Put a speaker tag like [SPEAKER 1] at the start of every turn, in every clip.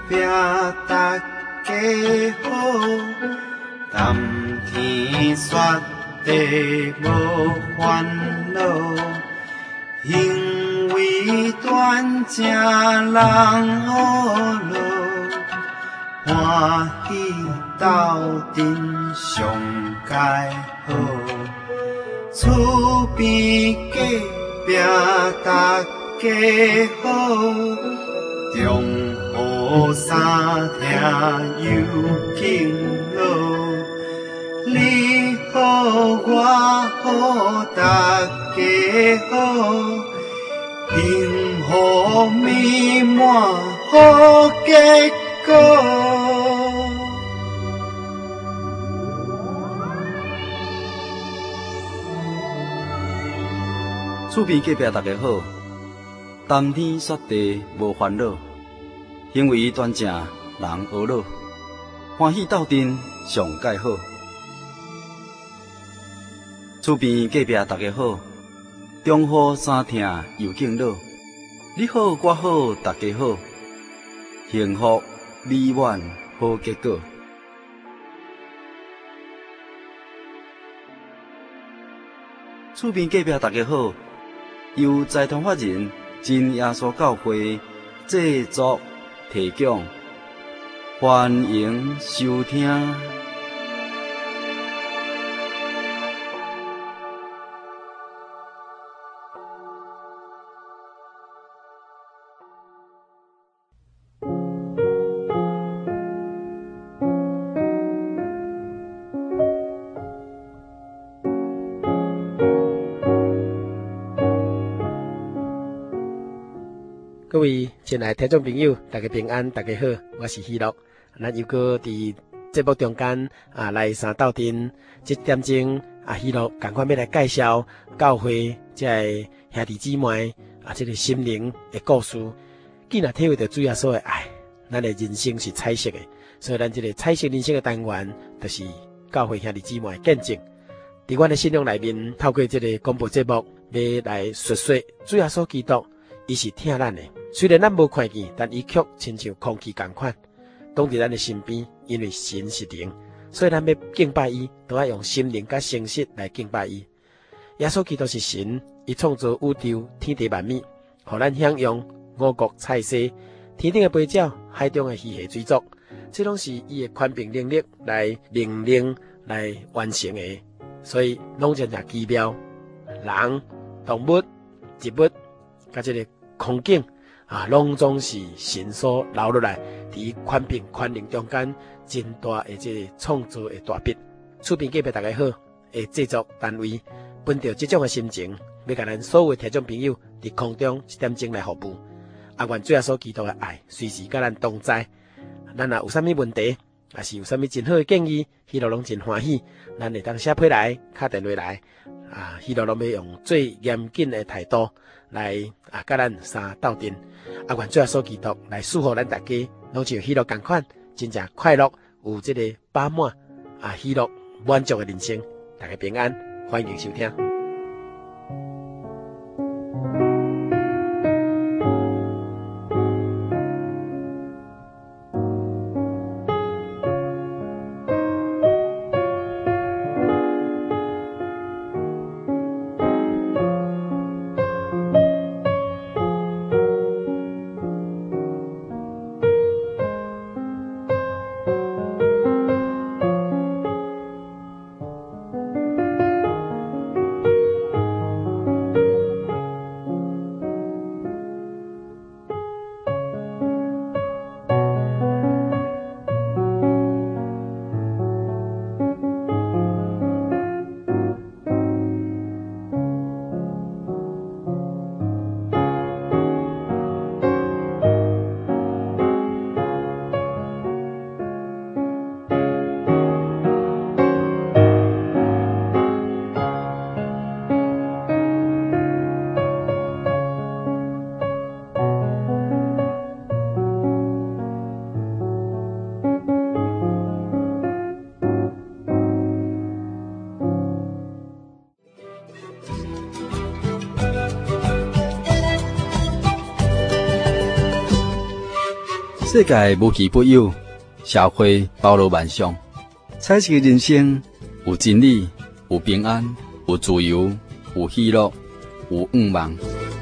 [SPEAKER 1] 壁大家好，谈天说地无烦恼，因为断正人好路，欢喜斗阵上佳好，厝边隔壁大家好，中好三听又敬老，你好我好大家好，幸福美满好结果。
[SPEAKER 2] 厝边隔壁大家好，谈天说地无烦恼，行为端正人和乐，欢喜斗阵上介好。厝边隔壁大家好，中好三听又敬老，你好我好大家好，幸福美满好结果。厝边隔壁大家好，由财团法人真耶稣教会制作提供，欢迎收听。
[SPEAKER 3] 各位亲爱的听众朋友，大家平安，大家好，我是喜乐。咱又搁伫节目中间来三斗阵，这点钟喜乐赶快要来介绍教会这个兄弟姊妹这个心灵的故事。既然体会到主耶稣的爱，咱的人生是彩色的，所以咱这个彩色人生的单元，就是教会兄弟姊妹的见证。伫阮的信仰内面，透过这个广播节目，要来述说主耶稣基督，伊是疼咱的。虽然咱无看见，但伊却亲像空气同款，挡伫咱的身边。因为神是灵，所以咱要敬拜伊，都要用心灵甲诚实来敬拜伊。耶稣基督是神，伊创造宇宙天地万物，互咱享用五穀菜色、天顶的飞鸟、海中的鱼虾水族，这拢是伊的权柄能力来命令来完成的。所以拢真正奇妙，人、动物、植物，甲这个空境。拢总是神所留落来，伫权柄权能中间真大的这个创造的大笔。厝边隔壁大家好的制作单位，本着这种的心情，要甲咱所有的听众朋友伫空中一点钟来服务。愿主耶稣基督的爱随时甲咱同在。咱若有啥物问题，也是有啥物真好的建议，希望拢真欢喜，咱会当写批来，敲电话来。希望拢要用最严谨的态度来甲咱三斗阵。愿主耶稣基督来祝福咱大家，拢像喜乐同款，真正快乐，有这个饱满喜乐满足的人生。大家平安，欢迎收听。
[SPEAKER 2] 世界无奇不有，社会包罗万象，彩色的人生有真理，有平安，有自由，有喜乐，有愿望。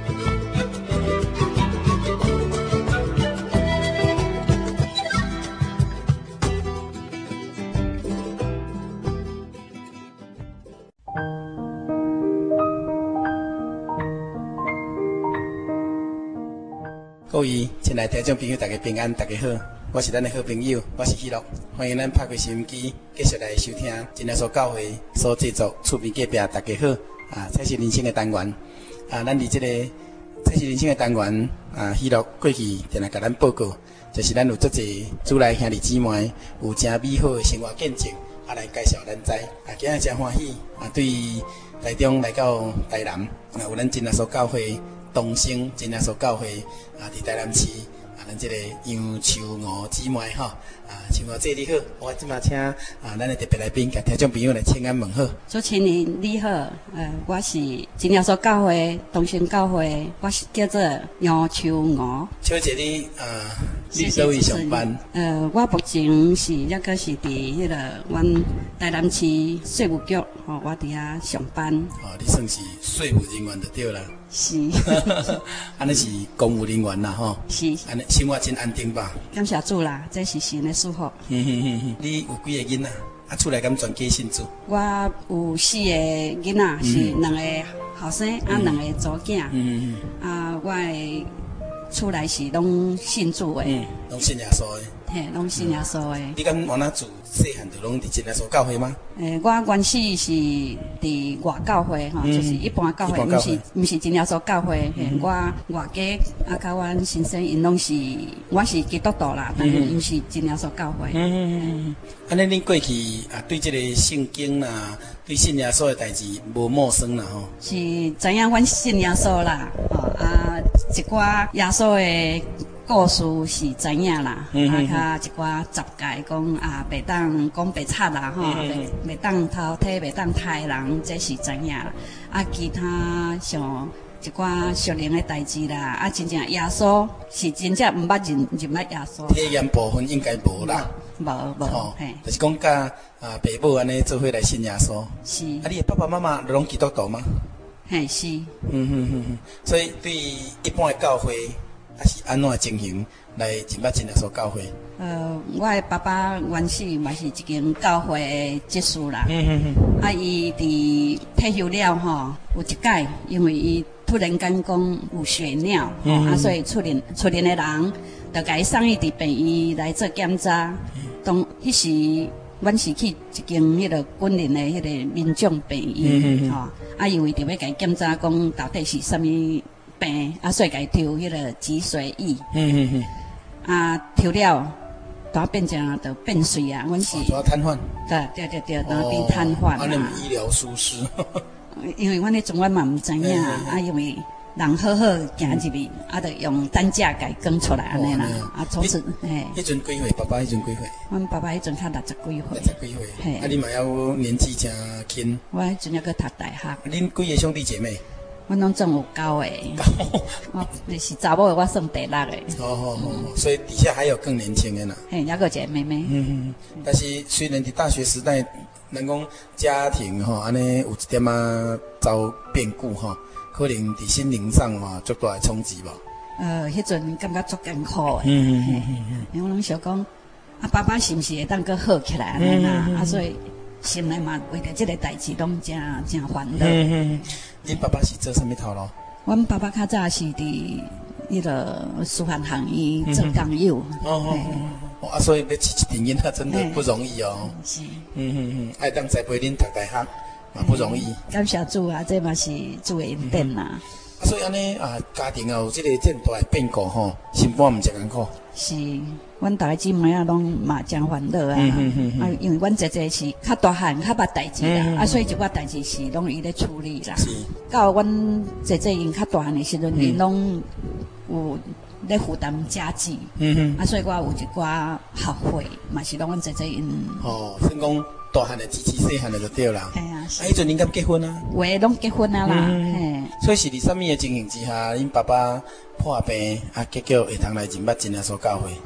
[SPEAKER 3] 各位亲爱的听众朋友，大家平安，大家好，我是咱的好朋友，我是喜乐，欢迎咱拍开收音机，继续来收听真耶稣教会所制作厝边隔壁大家好彩色人生的单元咱伫这个彩色人生的单元喜乐过去定来甲咱报告，就是咱有足侪主内兄弟姊妹有真美好的生活见证来介绍咱知今日真欢喜对于台中来到台南有咱真耶稣教会东升真耶稣教会伫台南市咱这个杨秋娥姊妹秋娥姐你好，我即马请咱的特别来宾甲听众朋友来请安问好。
[SPEAKER 4] 主持人你好，我是真耶稣教会东升教会，我是叫做杨秋娥。
[SPEAKER 3] 秋姐你你在位上班？
[SPEAKER 4] 我目前是也个是伫迄个阮台南市税务局我伫遐上班。
[SPEAKER 3] 你算是税务人员就对啦。
[SPEAKER 4] 是，
[SPEAKER 3] 安尼是公务人员啦
[SPEAKER 4] 是，
[SPEAKER 3] 安尼生活真安定吧？
[SPEAKER 4] 感谢主啦，这是神的祝福。
[SPEAKER 3] 你有几个囡仔？厝内敢全家信主？
[SPEAKER 4] 我有4个囡仔，是2个后生2个祖囝。我的厝内是拢信主的，
[SPEAKER 3] 拢信耶稣的。
[SPEAKER 4] 嘿，拢信耶稣的。
[SPEAKER 3] 你敢往哪住？细汉就拢伫真耶稣教会吗？
[SPEAKER 4] 我原始是伫外教会就是一般教会，毋是真耶稣教会。我外家甲阮先生因拢是，我是基督徒啦，但是毋是真耶稣教会。
[SPEAKER 3] 安尼恁过去对这个圣经啦，对信耶稣的代志无陌生啦
[SPEAKER 4] 是知影阮信耶稣啦，一寡耶稣的故事是知影啦，较一寡十戒讲袂当讲白贼啦，袂当偷体，袂当杀人，这是知影啦。其他像一寡属灵的代志啦，真正耶稣是真正毋捌认捌耶稣。
[SPEAKER 3] 体验部分应该无啦，
[SPEAKER 4] 无，
[SPEAKER 3] 就是讲甲爸母安尼做伙来信耶稣。
[SPEAKER 4] 是。
[SPEAKER 3] 你的爸爸妈妈拢基督徒吗？
[SPEAKER 4] 嘿，是。
[SPEAKER 3] 所以对一般的教会。是安怎情形来认捌真耶稣教会？
[SPEAKER 4] 我的爸爸原始嘛是一间教会的执事啦。伊伫退休了有一届，因为伊突然间讲有血尿，所以厝里的人就甲伊送伊伫病院来做检查。迄时阮是去一间迄个军人的迄个民众病院因为着要甲伊检查讲到底是啥物病所以甲伊抽迄个脊髓液。抽了，当变成就变碎啊！阮是
[SPEAKER 3] 瘫痪。
[SPEAKER 4] 对，当变瘫痪。
[SPEAKER 3] 安尼医疗疏失。
[SPEAKER 4] 因为阮迄阵阮嘛毋知影因为人好好行入去，就用担架甲伊扛出来安尼啦。从此
[SPEAKER 3] 迄阵几岁？爸爸迄阵几岁？
[SPEAKER 4] 阮爸爸迄阵较60几岁。
[SPEAKER 3] 60几岁。你嘛还有年纪真轻。
[SPEAKER 4] 我迄阵还阁读大学。
[SPEAKER 3] 恁几个兄弟姐妹？
[SPEAKER 4] 阮拢总有9个，我是查某的，我算第6个。
[SPEAKER 3] 所以底下还有更年轻的啦。
[SPEAKER 4] 还有一个妹妹。
[SPEAKER 3] 但是虽然伫大学时代，咱讲家庭安尼有一点遭变故可能伫心灵上足大的冲击吧。
[SPEAKER 4] 迄阵感觉足艰苦的。因为我拢想讲，爸爸是毋是会当阁好起来安尼啦？所以心内嘛为着这个代志拢真烦恼。
[SPEAKER 3] 恁爸爸是做啥物头路？
[SPEAKER 4] 阮爸爸较早是伫迄个师范学院做工友。
[SPEAKER 3] 所以要饲一群囡仔真的不容易哦。
[SPEAKER 4] 是。
[SPEAKER 3] 爱当栽培恁读大学嘛不容易。
[SPEAKER 4] 感谢主这嘛是主的恩典啦。
[SPEAKER 3] 所以安尼家庭有这个这么大的变故心肝毋真艰苦。
[SPEAKER 4] 是，阮大家姊妹拢嘛真烦恼因为阮姐姐是较大汉、较捌代志啦，所以一寡代志是拢伊咧处理啦。是。到阮姐姐因较大汉的时阵，因拢有咧负担家计。所以我有一寡学费嘛是拢阮姐姐因。
[SPEAKER 3] 算讲大汉的支持细汉的就对啦。迄阵恁敢结婚啊？
[SPEAKER 4] 有诶，拢结婚啊啦。
[SPEAKER 3] 所以是伫啥物的情形之下，恁爸爸破病结果会通来认捌真耶稣教会？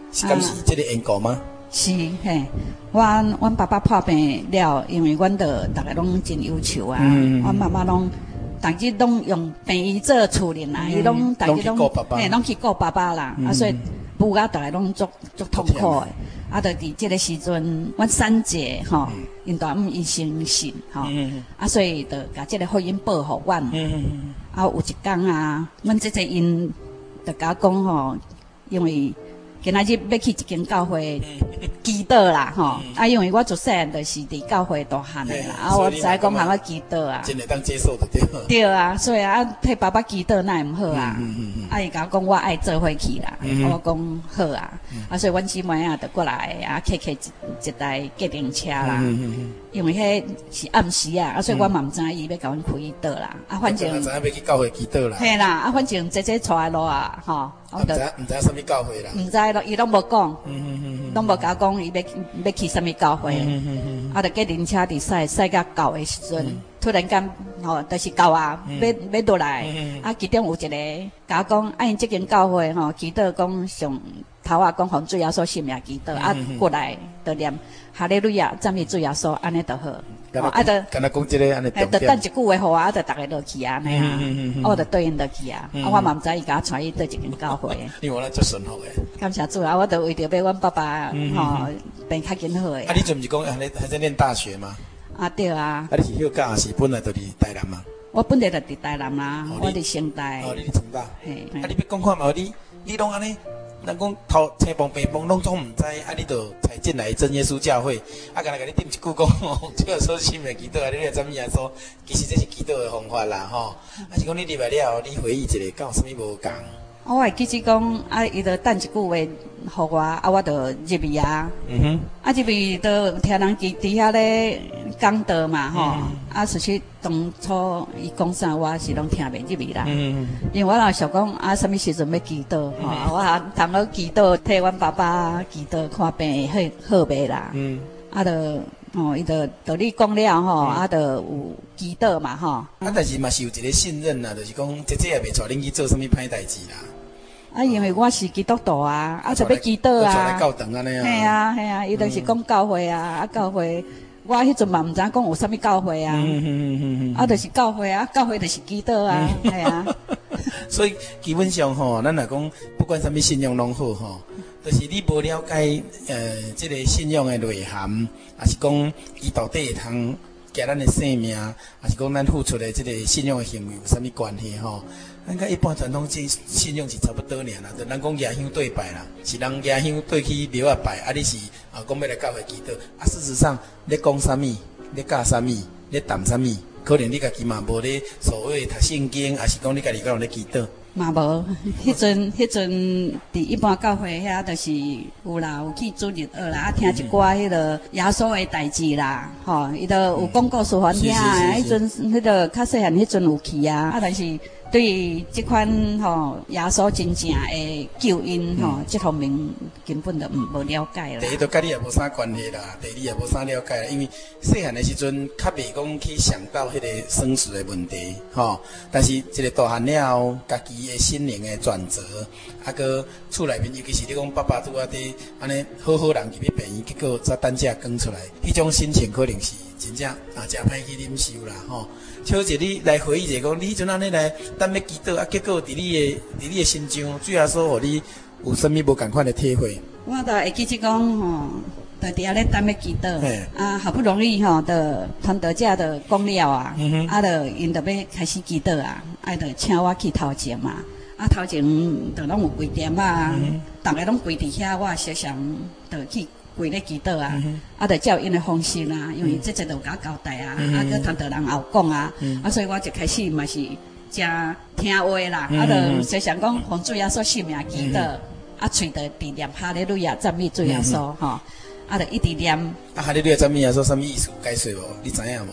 [SPEAKER 3] 是敢是这个缘故吗？
[SPEAKER 4] 是嘿，阮爸爸破病了，因为阮的大家拢真优秀啊，阮妈妈拢。逐日拢用病医做处理啦，伊拢逐日拢嘿，拢去顾爸爸啦，所以母仔大家拢足痛苦的。就伫即个时阵，阮三姐吼，因大姆伊生信吼，所以就甲即个福音报互阮。有一天啊，阮姐姐因就甲我讲吼，因为今仔日要去一间教会祈祷啦吼，因为我自细汉就是伫教会大汉的啦，我知讲喊我祈祷啊，
[SPEAKER 3] 真会当接受的对。
[SPEAKER 4] 对啊，所以替爸爸祈祷那会毋好啊，伊甲我讲我爱做伙去啦，我讲好啊，所以阮姊妹就过来客一台计程车啦，因为迄是暗时啊，所以阮嘛毋知伊要甲阮开倒啦，反正
[SPEAKER 3] 知影要去教会祈祷啦，
[SPEAKER 4] 嘿啦，反正姐姐带来路啊，吼，
[SPEAKER 3] 毋知什么教会啦，
[SPEAKER 4] 毋知咯，伊拢无讲，拢无甲我讲伊要去什么教会，就计程车伫驶到到的时阵，突然间吼，就是到啊，要落来，其中有一个甲我讲，因即间教会吼，祈祷讲上头讲洪主耶稣信命祈祷，过来就念哈利路亚赞美主耶稣，安尼就好。
[SPEAKER 3] 就敢若讲即个安尼重点，
[SPEAKER 4] 就等一句话互我，就逐个落去啊，安尼啊，我就对因落去啊，我嘛毋知伊甲我带伊倒一间教会。
[SPEAKER 3] 你原来足顺服的。
[SPEAKER 4] 感谢主啊！我就为着要阮爸爸吼变较紧好诶。
[SPEAKER 3] 你阵毋是讲还在念大学吗？
[SPEAKER 4] 对啊。
[SPEAKER 3] 你是休假还是本来就伫台南嘛？
[SPEAKER 4] 我本来就伫台南啦，我伫成大。
[SPEAKER 3] 你伫成大。
[SPEAKER 4] 嘿。
[SPEAKER 3] 你要讲看嘛？你拢安尼。人讲头青帮白帮拢总毋知，你就才进来真耶稣教会，敢若甲你顶一句讲吼，主要说信命祈祷，你怎么样说？其实这是祈祷的方法啦，吼。是讲你入来了，你回忆一下，敢有啥物无共？
[SPEAKER 4] 我会记起讲，伊就等一句话互我，我就入去啊。入去就听人伫遐咧讲道嘛，吼。实际当初伊讲啥，我是拢听袂入去啦。因为我老想讲，什么时阵要祈祷，吼，我通了祈祷，替阮爸爸祈祷，看病会好袂啦。伊就你讲了吼，就有祈祷嘛，吼。
[SPEAKER 3] 但是嘛是有一个信任啦，就是讲姐姐也袂带恁去做什么歹代志啦。
[SPEAKER 4] 因为我是基督徒啊，就要祈祷啊。
[SPEAKER 3] 带来教堂安尼
[SPEAKER 4] 啊。嘿啊，伊就是讲教会啊，教会，我迄阵嘛毋知讲有啥物教会啊。就是教会啊，教会就是祈祷啊，系啊。
[SPEAKER 3] 所以基本上吼，咱若讲不管什么信仰拢好吼，就是你无了解这个信仰的内涵，还是讲伊到底会通甲咱的生命，还是讲咱付出的这个信仰的行为有啥物关系吼？咱甲一般传统信仰是差不多尔啦，就咱讲野香对拜啦，是人野香对去庙啊拜，你是讲要来教会祈祷，事实上咧讲啥物，咧教啥物，咧谈啥物，可能你家己嘛无咧所谓读圣经，还是讲你家己敢有咧祈祷？
[SPEAKER 4] 嘛无，迄阵伫一般教会遐，就是有啦，有去主日学啦，听一寡迄个耶稣的代志啦，吼，伊都有讲故事互听啊。迄阵迄个较细汉，迄阵有去啊，但是对这款耶稣真正的救恩这方面根本就无了解啦。
[SPEAKER 3] 第一，都甲你也无啥关系啦；第二，也无啥了解啦，因为细汉的时阵，较袂讲去想到迄个生死的问题，但是一个大汉了后，家己的心灵的转折，搁厝内面，尤其是你讲爸爸拄仔伫安尼好好人入去病院，结果才等这讲出来，迄种心情可能是真正真歹去忍受啦，像是你来回忆者讲，你迄阵安尼来等要祈祷，结果伫你的心中，主要说互你有啥物无共款的体会？
[SPEAKER 4] 我就会记起讲就伫遐咧等要祈祷，好不容易就传道者就讲了啊，就因就要开始祈祷啊，就请我去头前嘛，头前就拢有跪点啊，大家拢跪伫遐，我常常就去跪咧祈祷啊，就照因的方式啊，因为这就甲我交代啊，搁传道人也有讲啊，所以我就开始嘛是真听话啦，就常常讲奉主耶稣圣名祈祷，喙就直念哈利路亚赞美主耶稣吼。就一直念。
[SPEAKER 3] 哈利路亚赞美耶稣什么意思？解释无？你知影无？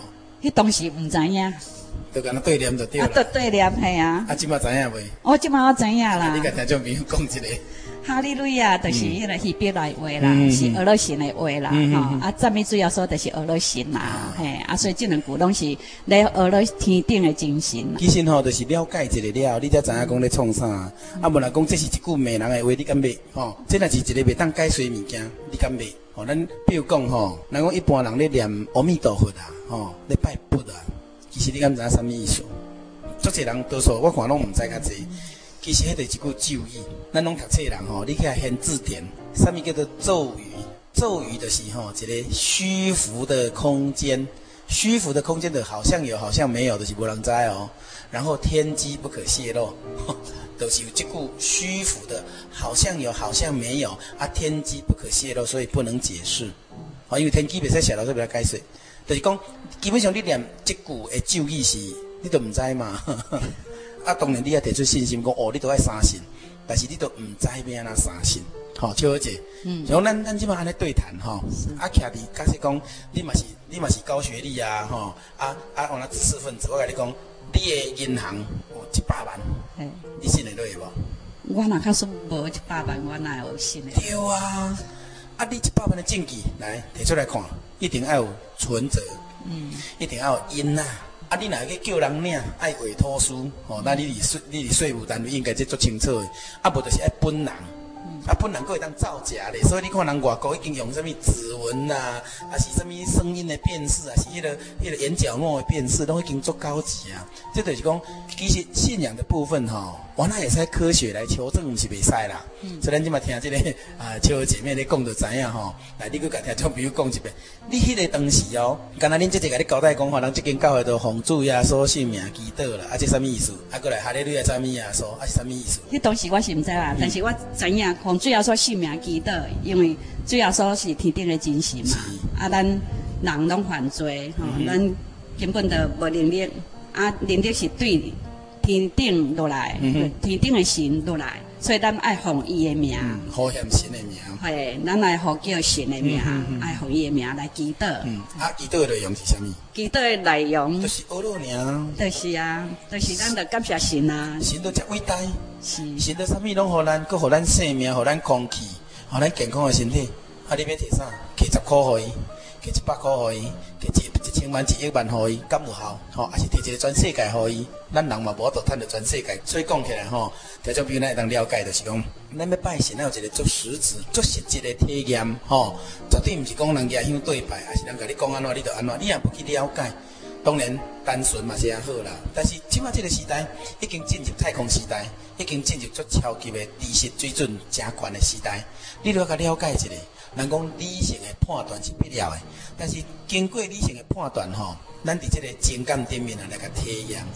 [SPEAKER 4] 迄当时唔知影，
[SPEAKER 3] 就敢若对念就对啦。
[SPEAKER 4] 对念系啊。
[SPEAKER 3] 啊，即马知影未？
[SPEAKER 4] 即马我知影啦。
[SPEAKER 3] 你甲听众朋友讲一个。
[SPEAKER 4] 哈利路亚，就是迄个希伯来话啦，是俄罗神的话啦，吼。赞美主要说就是俄罗神啦，嘿。所以这两句拢是咧俄罗天顶的精神。
[SPEAKER 3] 其实吼，就是了解一个了，你才知影讲咧创啥。啊，无若讲这是一句骂人的话，你敢袂？吼，这若是一个袂当解释物件，你敢袂？吼，咱比如讲吼，咱讲一般人咧念阿弥陀佛啊，吼，咧拜佛啊，其实你敢知影啥物意思？足侪人多数我看拢毋知较济。其实迄就是一句咒语，咱拢读册人吼，你去现字典，啥物叫做咒语？咒语就是吼一个虚浮的空间，虚浮的空间的好像有，好像没有，就是无人知哦。然后天机不可泄露，就是有这句虚浮的，好像有，好像没有啊，天机不可泄露，所以不能解释。因为天机袂使泄露，所以袂使解释。就是讲，基本上你念这句的咒语是，你都唔知嘛。啊，当然你要提出信心，讲你都爱相信，但是你都唔知要安怎相信，好，笑好者。像咱即马安尼对谈吼，啊，徛伫假设讲，你嘛是高学历啊，吼，往那知识分子，我甲你讲，你的银行有100万，你信得落去无？
[SPEAKER 4] 我若假说无100万，我哪有信的？
[SPEAKER 3] 对啊，你100万的证据来提出来看，一定要有存折，一定要有印啊。你若去叫人领，爱委托书，那你是税务单位应该这做清楚的，无就是爱本人，本人佫会当造假咧，所以你看人外国已经用什么指纹啊，还是什么声音的辨识啊，是迄个眼角膜的辨识，都已经足高级啊。这就是讲，其实信仰的部分我那也使科学来求证，是袂使啦。所以咱即马听这个秋姐妹咧讲就知影吼。来，你佫甲听众朋友讲一遍，你迄个当时敢若恁姐姐甲你交代讲人这间教会都奉主耶稣圣名祈祷啦，这啥物意思？过来哈利路亚赞美耶稣，是啥物意思？
[SPEAKER 4] 迄当时我是毋知啦，但是我知影奉主耶稣圣名祈祷，因为主耶稣是天顶的真神嘛。咱人拢犯罪咱根本就无能力，能力是对天顶落来，天顶的神落来，所以咱爱奉伊的名，
[SPEAKER 3] 呼喊神的名。
[SPEAKER 4] 嘿，咱来呼叫神的名，爱奉伊的名来祈祷。
[SPEAKER 3] 祈祷的内容是啥物？
[SPEAKER 4] 祈祷的内容
[SPEAKER 3] 就是阿罗尔。
[SPEAKER 4] 就是啊，就是咱着感谢神啊。
[SPEAKER 3] 神都遮伟大，
[SPEAKER 4] 是
[SPEAKER 3] 神都啥物拢互咱，佮互咱生命，互咱空气，互咱健康的身体。你要摕啥？摕10块互伊，摕100块互伊，摕1000万、1亿万互伊，敢有效？还是摕一个全世界互伊？咱人嘛无法度趁着全世界，所以讲起来听众朋友咱会当了解，就是讲，咱要拜神，要有一个足实质、足实际的体验，绝对毋是讲人家香对拜，还是人甲你讲安怎，你就安怎，你也不去了解。当然，单纯嘛是也好啦，但是即马这个时代已经进入太空时代，已经进入足超级的知识水准真悬的时代，你都要甲了解一下。人讲理性的判断是必要的，但是经过理性的判断咱伫这个情感顶面来甲体验。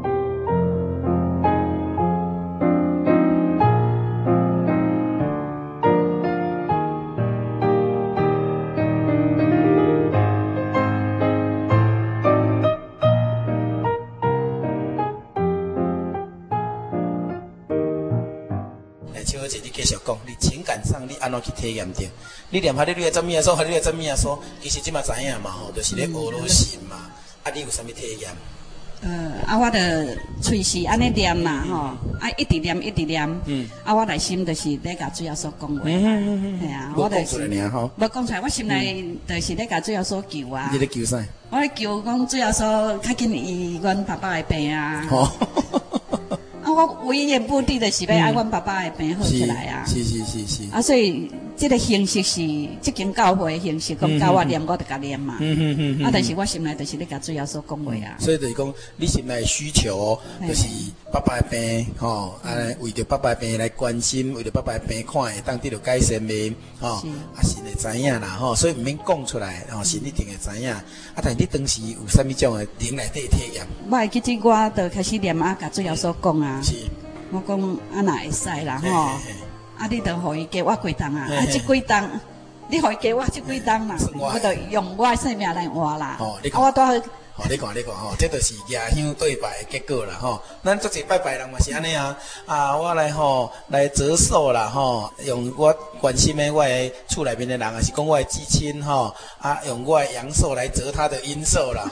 [SPEAKER 3] 你继续讲，你情感上你安怎去体验着？你念哈利路亚赞美耶稣，哈利路亚赞美耶稣，其实即马知影嘛就是咧俄罗神嘛。你有啥物体验？
[SPEAKER 4] 我的喙是安尼念啦一直念一直念。我内心就是咧甲主耶稣讲话。系啊，我就是。无讲出来，我心内就是咧甲主耶稣求啊。
[SPEAKER 3] 你咧求啥？
[SPEAKER 4] 我咧求讲主耶稣较紧医阮爸爸的病啊。我唯一的目的就是要爱阮爸爸的病好起来啊！
[SPEAKER 3] 是。
[SPEAKER 4] 所以这个形式是这间教会的形式，讲教我念，我就甲念嘛。但是我心内就是咧甲主耶稣讲话啊。
[SPEAKER 3] 所以就是讲，你心内需求就是爸爸的病，为着爸爸的病来关心，为着爸爸的病看会当得到改善未？神会知影啦，所以毋免讲出来，神一定会知影。但是你当时有啥物种的灵内底体验？
[SPEAKER 4] 我会记得我就开始念甲主耶稣讲啊。我讲哪会使啦你就互伊加我几档这几档，你互伊加我这几档啦，我就用我的生命来换啦。我都
[SPEAKER 3] 你看这就是野香对拜的结果啦咱做一拜拜人嘛是安尼我来折寿啦用我关心的我的厝内面的人，还是讲我的至亲用我的阳寿来折他的阴寿啦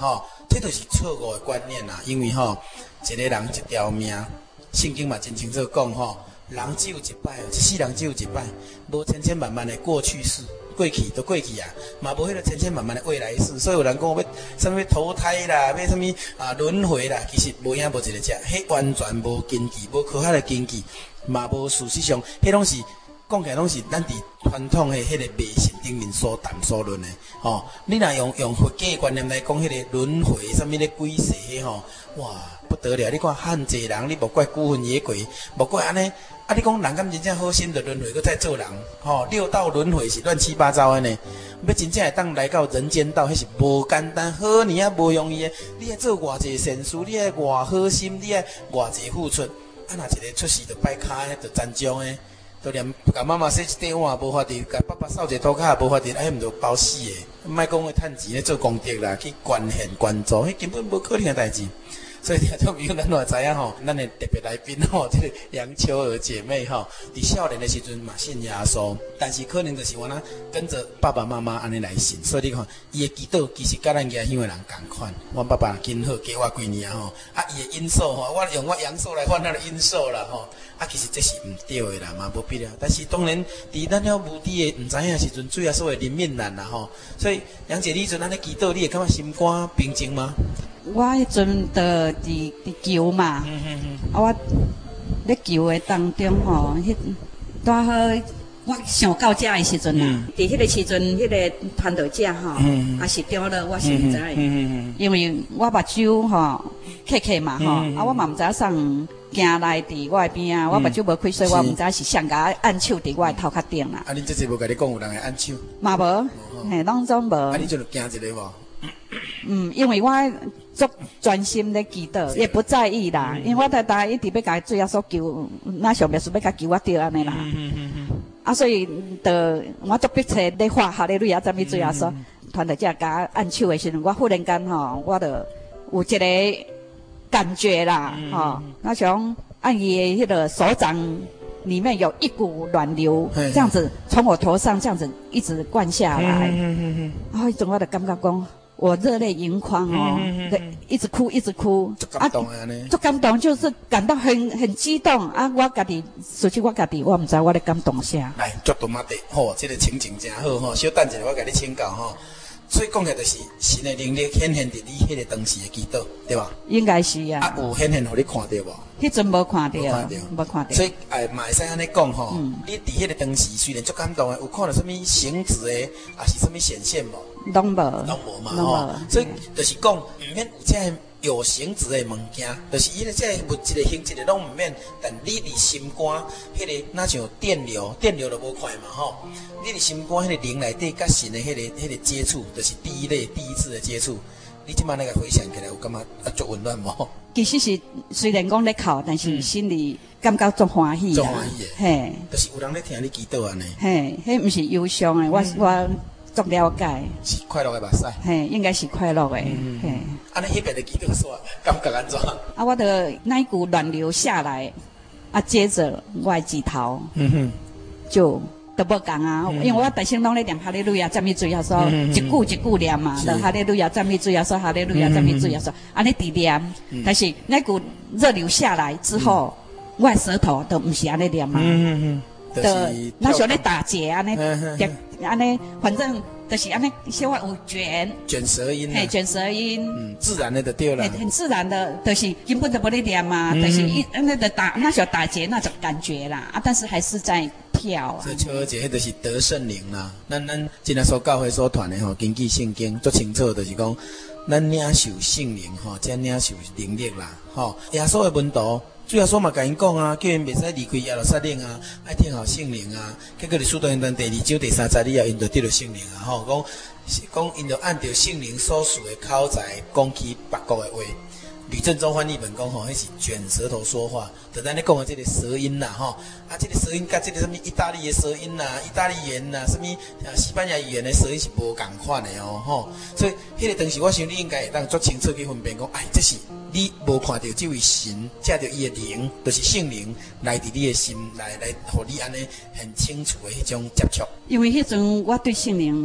[SPEAKER 3] 这就是错误的观念啦。因为一个人一条命，圣经嘛真清楚讲人只有一摆，一世人只有一摆，无千千万万的过去式。过去都过去啊，嘛无迄个千千万万的未来式，所以有人讲要什么投胎啦，要什么轮回啦，其实无影无一个只，迄完全无根据，无科学的根据，嘛无事实上，迄拢是讲起来拢是咱伫传统的迄个迷信顶面所谈所论的。你若用佛家的观念来讲，迄个轮回什么的鬼神哇不得了！你看汉济人，你莫怪孤魂野鬼，莫怪安尼。你讲人敢真正好心的轮回，搁再做人六道轮回是乱七八糟的呢。要真正会当来到人间道，迄是无简单，好呢啊无容易的。你爱做偌济善事，你爱偌好心，你爱偌济付出。若一个出世就摆骹的，就残障的，都连甲妈妈洗一底碗无法度，甲爸爸扫一个涂骹无法度，毋就包死的。莫讲去趁钱咧做功德啦，去捐献捐助，迄根本无可能的代志。所以听众朋友，咱也知影咱的特别来宾这个杨秋娥姐妹伫少年的时阵嘛信耶稣，但是可能就是我跟着爸爸妈妈安尼来信，所以你看伊的祈祷其实甲咱家乡的人共款。我爸爸今好加我几年伊的因素我用我阳寿来换他的阴寿啦其实这是唔对的啦，嘛无必要。但是当然，伫咱了无知的唔知影时阵，主要所谓人面难啦所以杨姐，你阵安尼祈祷，你会感觉心肝平静吗？
[SPEAKER 4] 我迄阵伫求嘛，我咧求的当中迄拄好我想到遮的时阵啦，伫迄个时阵，迄个传道者也是对了，我是毋知，因为我目睭刻嘛我嘛毋知送行来伫我的边啊，我目睭无开，所以我毋知是谁甲按手伫我的头壳顶啦。
[SPEAKER 3] 你这次无甲你讲有人会按手？
[SPEAKER 4] 嘛无，拢总无。你
[SPEAKER 3] 就惊一个无？
[SPEAKER 4] 因为我足专心咧祈祷，也不在意啦。因为我一直要甲主要所求，那上面是要甲求我着安尼啦。所以我足迫切咧画哈利路亚赞美主要所，团队者甲按手的时阵，我忽然间我就有一个感觉啦，我想按伊迄个手掌里面有一股暖流，这样子从我头上这样子一直灌下来，迄阵我就感觉讲。我热泪盈眶一直哭，足感动的呢。足感动，就是感到很激动我家己，说起我家己，我唔知我咧感动啥。来，足多马地，这个情景真好小等一下，我甲你请教所以讲起来就是神的能力显现伫你迄个当时的祈祷，对吧？应该是啊。有显现，互你看到无？迄阵无看到，无看到。所以嘛会使安尼讲你伫迄个当时虽然足感动的，有看到什么形质的，还是什么显现无？拢无嘛所以就是讲，唔免有这有形质的物件，就是伊个这物质的形质的拢唔免，但你伫心肝迄个那像电流就无快嘛你伫心肝迄个灵内底甲神的迄个接触，就是第一次的接触。你即摆那个回想起来，有感觉足温暖无？其实是虽然讲咧哭，但是心里感觉足欢喜。足欢喜的，嘿，就是有人咧听你祈祷安尼。嘿，迄毋是忧伤的，我足了解。是快乐的目屎。嘿，应该是快乐的。嘿，安尼迄边的祈祷煞感觉安怎？我的那一股暖流下来，接着我的指头，就。都无讲因为我本身拢咧念哈利路亚赞美主耶稣，一句念嘛，哈利路亚赞美主耶稣，哈利路亚赞美主耶稣，安尼直念。但是那股热流下来之后，我的舌头都毋是安尼念嘛，那像咧打结安尼，反正就是安尼小可有卷舌音，卷舌音，自然的就对了，很自然的，就是根本就无咧念嘛，就是那个打那小打结那种感觉啦，但是还是在。所以秋儿姐，迄就是得圣灵啦。咱今仔所教会所传的根据圣经足清楚，就是讲，咱领受圣灵才领受能力啦。耶稣的门徒，主耶稣嘛甲因讲叫因袂使离开耶路撒冷爱听候圣灵结果伫使徒行传第2章第30因就得到圣灵讲因就按照圣灵所赐的口才讲起别国的话。吕正中翻译本讲迄是卷舌头说话，就咱咧讲的这个舌音啦这个舌音甲这个什么意大利的舌音意大利言什么西班牙语言的舌音是无共款的所以迄个当时我想你应该会当足清楚去分辨讲，这是你无看到这位神，借着伊的灵，就是圣灵来伫你的心来，互你安尼很清楚的迄种接触。因为迄阵我对圣灵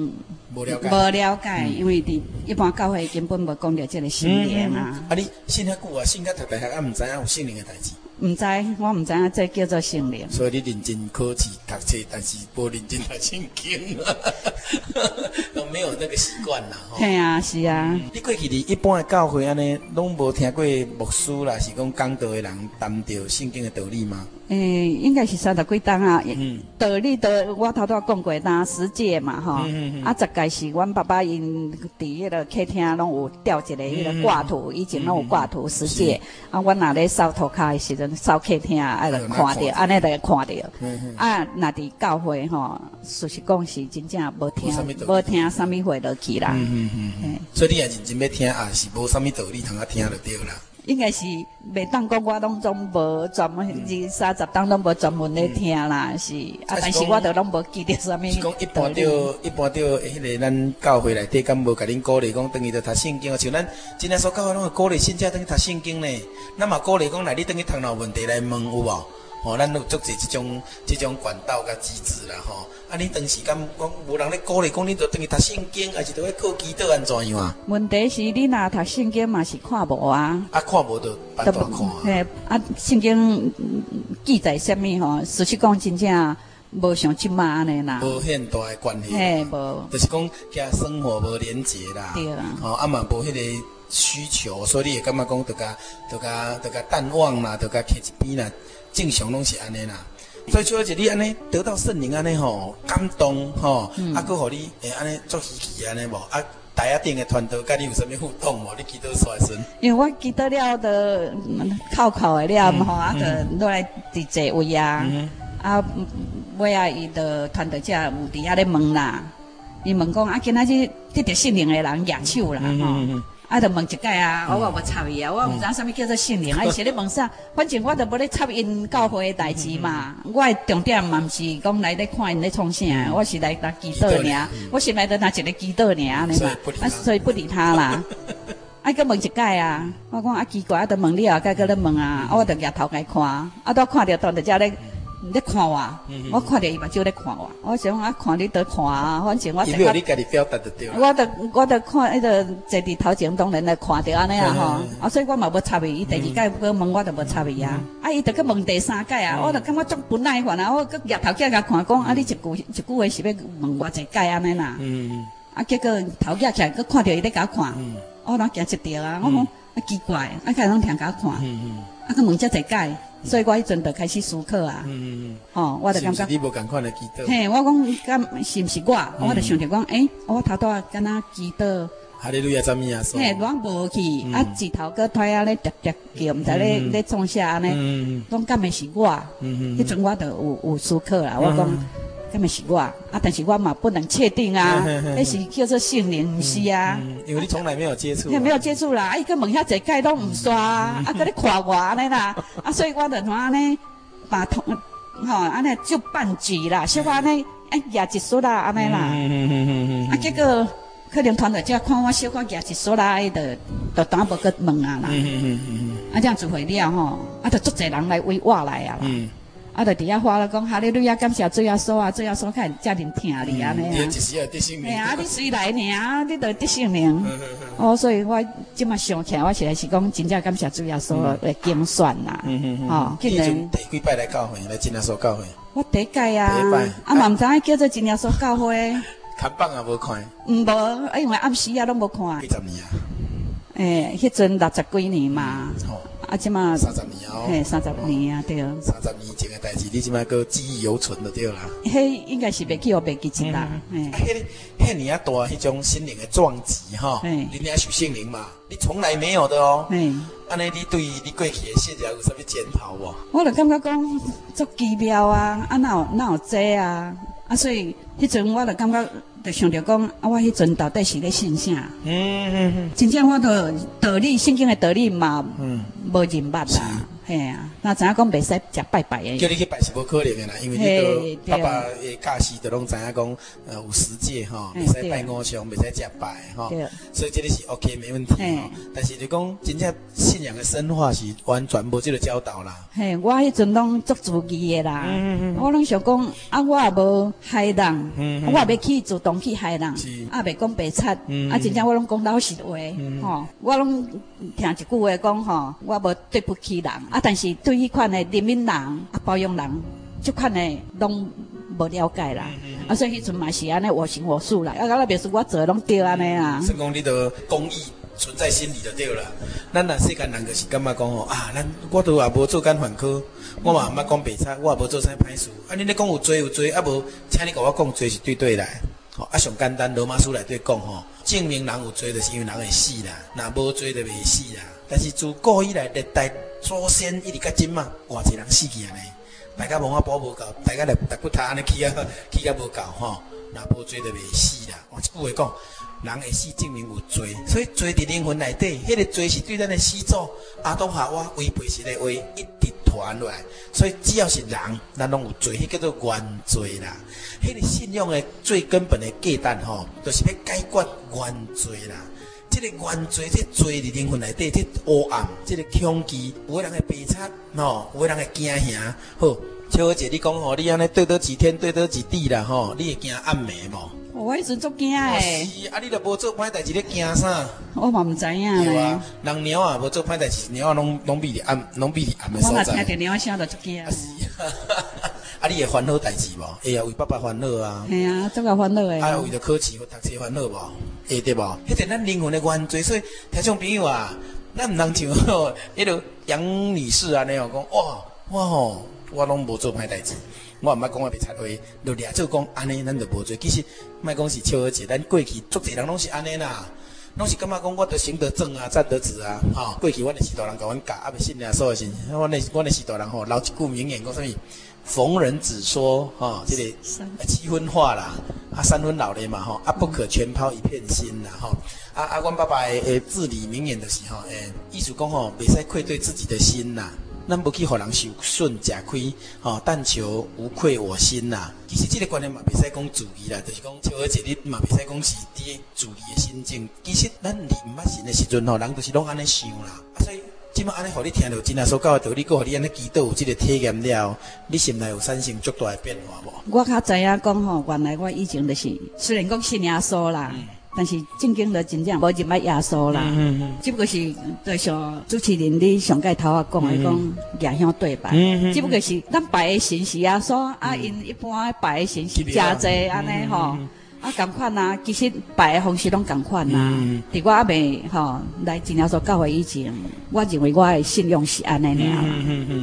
[SPEAKER 3] 无了解，
[SPEAKER 4] 无了解，因为伫一般教会根本无讲到这个圣灵啊。
[SPEAKER 3] 啊，你信遐久啊，信甲读大学啊，毋知影有圣灵的代志。
[SPEAKER 4] 唔知，我唔知影这叫做圣灵。
[SPEAKER 3] 所以你认真考试读册，但是无认真读圣经，都没有那个习惯啦。
[SPEAKER 4] 嘿啊，是啊。
[SPEAKER 3] 你过去伫一般的教会安尼，拢无听过牧师啦，是讲讲道的人谈到圣经的道理吗？
[SPEAKER 4] 应该是30几档啊。道理我头拄讲过呾10届嘛吼。啊，10届是阮爸爸因伫迄个客厅拢有吊一个迄个挂图，以前拢有挂图10届。啊，阮若咧扫涂骹的时阵，扫客厅啊，就看着，安尼就会看着。啊，若伫教会吼，事实讲是真正无听啥物话落去啦。
[SPEAKER 3] 所以你也认真要听啊，是无啥物道理通啊听就对啦。
[SPEAKER 4] 应该是袂当讲我拢总无专门20-30档拢无专门咧听啦，是啊，但是我都拢无记得啥物。是讲
[SPEAKER 3] 一般着迄个咱教会内底敢无甲恁鼓励讲，等于着读圣经啊，像咱今仔所教会拢会鼓励信者等于读圣经呢。咱嘛鼓励讲来，你等于头脑问题来问有无？吼，咱有足侪即种管道甲机制啦，吼。啊，你当时敢讲无人咧鼓励讲，你着等于读圣经，还是着要靠祈祷安怎样啊？
[SPEAKER 4] 问题是你若读圣经嘛是看无啊。
[SPEAKER 3] 啊，看无着办法看啊。
[SPEAKER 4] 嘿，啊，圣经记载啥物吼？事实讲真正无像即马安尼啦。
[SPEAKER 3] 无现大的关系。
[SPEAKER 4] 嘿，无。
[SPEAKER 3] 就是讲甲生活无连结啦。
[SPEAKER 4] 对啦。
[SPEAKER 3] 吼，啊嘛无迄个需求，所以你会感觉讲着甲淡忘啦，着甲摕一边啦。正常拢是安尼啦，所以就而且你安尼得到圣灵安尼吼感动吼，啊，佮互你安尼足稀奇安尼无啊？台下顶的团队甲你有啥物互动无？你祈祷出来时，
[SPEAKER 4] 因为我祈祷了的靠的了吼，啊，就落来伫座位啊，啊，尾啊，伊的团队者有伫遐咧问啦，伊问讲啊，今仔日得着圣灵的人举手啦吼。啊，就问一届啊，我无插伊啊，我毋知影啥物叫做圣灵啊，伊是咧问啥？反正我就无咧插因教会的代志嘛。我的重点嘛，毋是讲来咧看因咧创啥，我是来祈祷尔。我是来拿一个祈祷尔安尼嘛。啊，所以不理他啦。啊，佮问一届啊，我讲啊奇怪，啊，就问了后，佮咧问啊，我就举头来看，啊，都看着团队遮咧看我，我看到伊目睭咧看我，我想啊看你得看啊，反正我
[SPEAKER 3] 有没有你家己表达就对了。
[SPEAKER 4] 我得看，迄个坐伫头前当然来看到安尼啊吼，啊所以我嘛无插伊，伊第二届佮问我就无插伊啊，啊伊就佮问第3届啊，我就感觉足不耐烦啊，我佮举头仔甲看讲啊你一句话是要问我一届安尼啦，啊结果头仔起来佮看到伊咧甲看，我哪行一条啊，我讲啊奇怪，啊甲拢听甲看，啊佮问遮一届。所以我迄阵就开始思考啊，吼，我就感觉
[SPEAKER 3] 你无共款的祈祷。
[SPEAKER 4] 嘿，我讲敢是毋是我就想着讲，我头拄啊敢若祈祷。
[SPEAKER 3] 哈利路亚，赞美耶稣。
[SPEAKER 4] 嘿，我无去，啊，指头搁推啊咧喋喋叫，毋知咧创啥安尼，讲敢会是我？迄阵我就有思考啦，我讲敢会是我？啊，但是我嘛不能确定啊，那是叫做圣灵，毋是啊？
[SPEAKER 3] 因为你从来没有接触。
[SPEAKER 4] 没有接触啦，伊佮问遐一届拢毋刷啊，啊，佮咧看我安尼啦，啊，所以我就安尼把头吼安尼就半句啦，小可安尼举一撮啦安尼啦，啊，结果可能团队只看我小可举一撮啦，伊就当无佮问啊啦，啊，这样子会了吼，啊，就足侪人来围我来啊啦。啊，就伫遐发了讲，哈利路亚，感谢主耶稣啊，主耶稣看家庭听你安尼啊。
[SPEAKER 3] 你一时也得圣灵。
[SPEAKER 4] 啊，你随来尔，你就得圣灵。所以我即马想起来，我实在是讲真正感谢主耶稣的精选啦。
[SPEAKER 3] 竟然第几摆来教会，来真耶稣教会。
[SPEAKER 4] 我第一届啊。第一摆。啊，嘛毋知影叫做真耶稣教会。
[SPEAKER 3] 看榜也无看。
[SPEAKER 4] 无，因为暗时啊拢无看。
[SPEAKER 3] 几十年啊？
[SPEAKER 4] 迄阵60几年嘛。啊，即马
[SPEAKER 3] 30年哦，
[SPEAKER 4] 嘿，30年啊，对。30
[SPEAKER 3] 年前的代志，你即马搁记忆犹存就对啦。
[SPEAKER 4] 迄应该是袂记，袂记一啦。
[SPEAKER 3] 迄年啊大，迄种心灵的撞击哈，你俩属心灵嘛，你从来没有的哦。安尼你对你过去的信仰有啥物检讨无？我
[SPEAKER 4] 就感觉讲足奇妙啊，啊哪有这啊？啊，所以迄阵我就感觉。就想着讲，啊，我迄阵到底是咧信啥？真正我道理，圣经的道理嘛，无认捌啦。 嘿啊，那知影讲袂使食拜拜的。
[SPEAKER 3] 叫你去拜是无可能的啦，因为你个爸爸的教示都拢知影讲，有十戒吼，袂使拜五常，袂使食拜吼，所以这个是 OK 没问题吼。但是就讲真正信仰的深化是完全无这个教导啦。
[SPEAKER 4] 嘿，我迄阵拢足自义的啦，我拢想讲啊，我也无害人，我也袂去主动去害人，啊，袂讲白贼，啊，真正我拢讲老实话，吼，我拢听一句话讲吼，我无对不起人，啊，但是对迄款的怜悯人、啊包容人，这款的拢无了解啦，啊，所以迄阵嘛是安尼我行我素啦，啊，到别说我做拢对安尼啊。
[SPEAKER 3] 算讲你的公义存在心里就对了。咱若世间人就是感觉讲吼啊，我都也无做奸犯科，我嘛毋捌讲白贼，我也无做啥歹事。啊，你咧讲有罪，啊无，请你甲我讲罪是对来。吼，啊上简单罗马书内底讲吼，证明人有罪就是因为人会死啦，若无罪就袂死啦。但是自古以来历代祖先一直到今嘛，偌济人死去安尼，大家无法保无够，大家来大骨头安尼起啊无够吼，若无罪就袂死啦。我即句话讲。人会死证明有罪，所以罪伫灵魂内底，迄个罪是对咱的始祖阿当夏娃违背神的话一直传落来，所以只要是人，咱拢有罪，迄叫做原罪啦。迄个信仰的最根本的价值吼，就是要解决原罪啦。这个原罪，这罪伫灵魂内底，这黑暗，这个恐惧，有个人会悲惨吼，有个人会惊吓。好，秋儿姐，你讲吼，你安尼对倒几天，对倒几地啦吼，你会惊暗暝无？
[SPEAKER 4] 我迄阵足惊诶！
[SPEAKER 3] 是啊，你都无做歹代志，你惊啥？
[SPEAKER 4] 我嘛毋知影
[SPEAKER 3] 对啊，人猫啊，无做歹代志，猫啊拢避伫暗的所在。
[SPEAKER 4] 我嘛听着猫声就足惊。
[SPEAKER 3] 啊，你会烦恼代志无？会啊，为爸爸烦恼啊。
[SPEAKER 4] 系啊，足够烦恼诶。
[SPEAKER 3] 啊，为着考试或读书烦恼无？会对无？迄是咱灵魂的原罪，所以听众朋友啊，咱毋通像迄个杨女士安尼哦，讲哇，我拢无做歹代志。我毋捌讲我袂插话，就掠做讲安尼，咱就无做。其实莫讲是笑而节，咱过去足侪人拢是安尼啦，拢是感觉讲我得行得正啊，站得直啊，吼。过去阮的时代人甲阮教，啊，袂信俩所有事。阮的时代人吼，留一句名言讲啥物？逢人只说吼，这个7分话啦，啊3分老练嘛吼，啊不可全抛一片心啦吼。阮爸爸的至理名言就是吼，意思讲吼，袂使愧对自己的心啦。咱无去互人受损吃亏，吼，但求无愧我心呐。其实这个观念嘛，袂使讲自义啦，就是讲秋儿姐你嘛袂使讲是伫自义的心境。其实咱离毋捌神的时阵吼，人就是拢安尼想啦。啊，所以即马安尼互你听到真啊所教的道理，佮互你安尼祈祷有这个体验了，你心内有产生足大的变化无？
[SPEAKER 4] 我较知影讲吼，原来我以前就是虽然讲信耶稣啦。但是正经的真正无入捌耶稣啦，只不过是就像主持人你上盖头啊讲的讲亚香对白，只不过是咱拜的神是耶稣，啊因一般拜的神是真济安尼吼，啊同款啊，其实拜的方式拢同款啦。伫我还未吼来真耶稣教会以前，我认为我的信仰是安尼尔啦。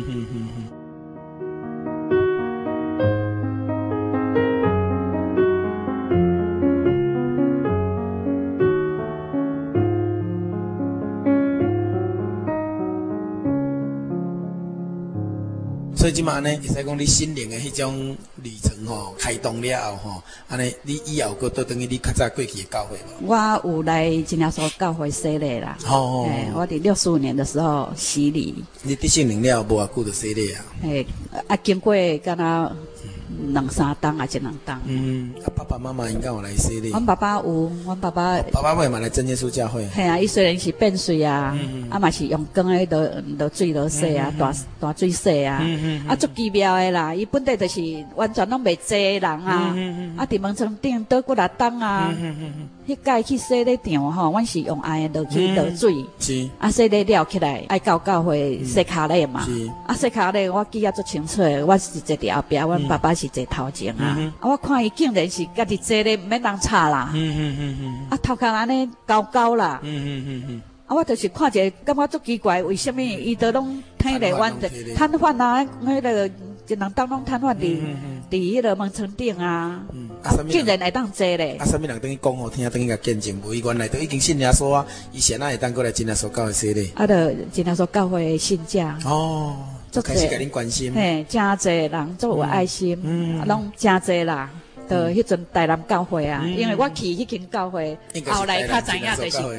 [SPEAKER 3] 所以即马呢，会使讲你心灵的迄种旅程吼，开动了后吼，安尼你以后佫倒等于你较早过去的教会无？
[SPEAKER 4] 我有来真耶稣教会洗礼啦。我伫65年的时候洗礼。你
[SPEAKER 3] 得圣灵了无偌久就洗礼啊？
[SPEAKER 4] 经过敢若2-3冬啊，1-2冬。
[SPEAKER 3] 爸爸妈妈应该有来洗礼。
[SPEAKER 4] 阮爸爸有，阮爸爸
[SPEAKER 3] 会嘛来真耶稣教会。
[SPEAKER 4] 系啊，伊虽然是变水啊，嘛是用光的落水落洗啊，大水洗啊，足奇妙的啦。伊本地就是完全拢袂坐人啊，伫门床顶倒过来冬啊。迄届去洗礼场吼，阮是用爱落去落水，洗礼了起来爱到教会洗脚礼嘛。洗脚礼我记啊足清楚的，我是坐伫后壁，阮爸爸是坐头前啊。我看伊竟然是家己坐咧，毋免人插啦。头壳安尼高高啦。我就是看者，感觉足奇怪，为什么伊都拢听咧？阮瘫痪啊，迄个1-2冬拢瘫痪伫迄个门床顶啊。竟然会当坐咧？
[SPEAKER 3] 啥物人等于讲互听，等于甲见证，无伊原来都已经信耶稣啊，伊现在会当过来真耶稣教会洗礼。
[SPEAKER 4] 就真耶稣教会的信者。
[SPEAKER 3] 就开始甲恁关心。
[SPEAKER 4] 嘿，真侪人足有爱心，拢真侪啦。就迄阵台南教会啊，因为我去迄间教会，后来较知影就是台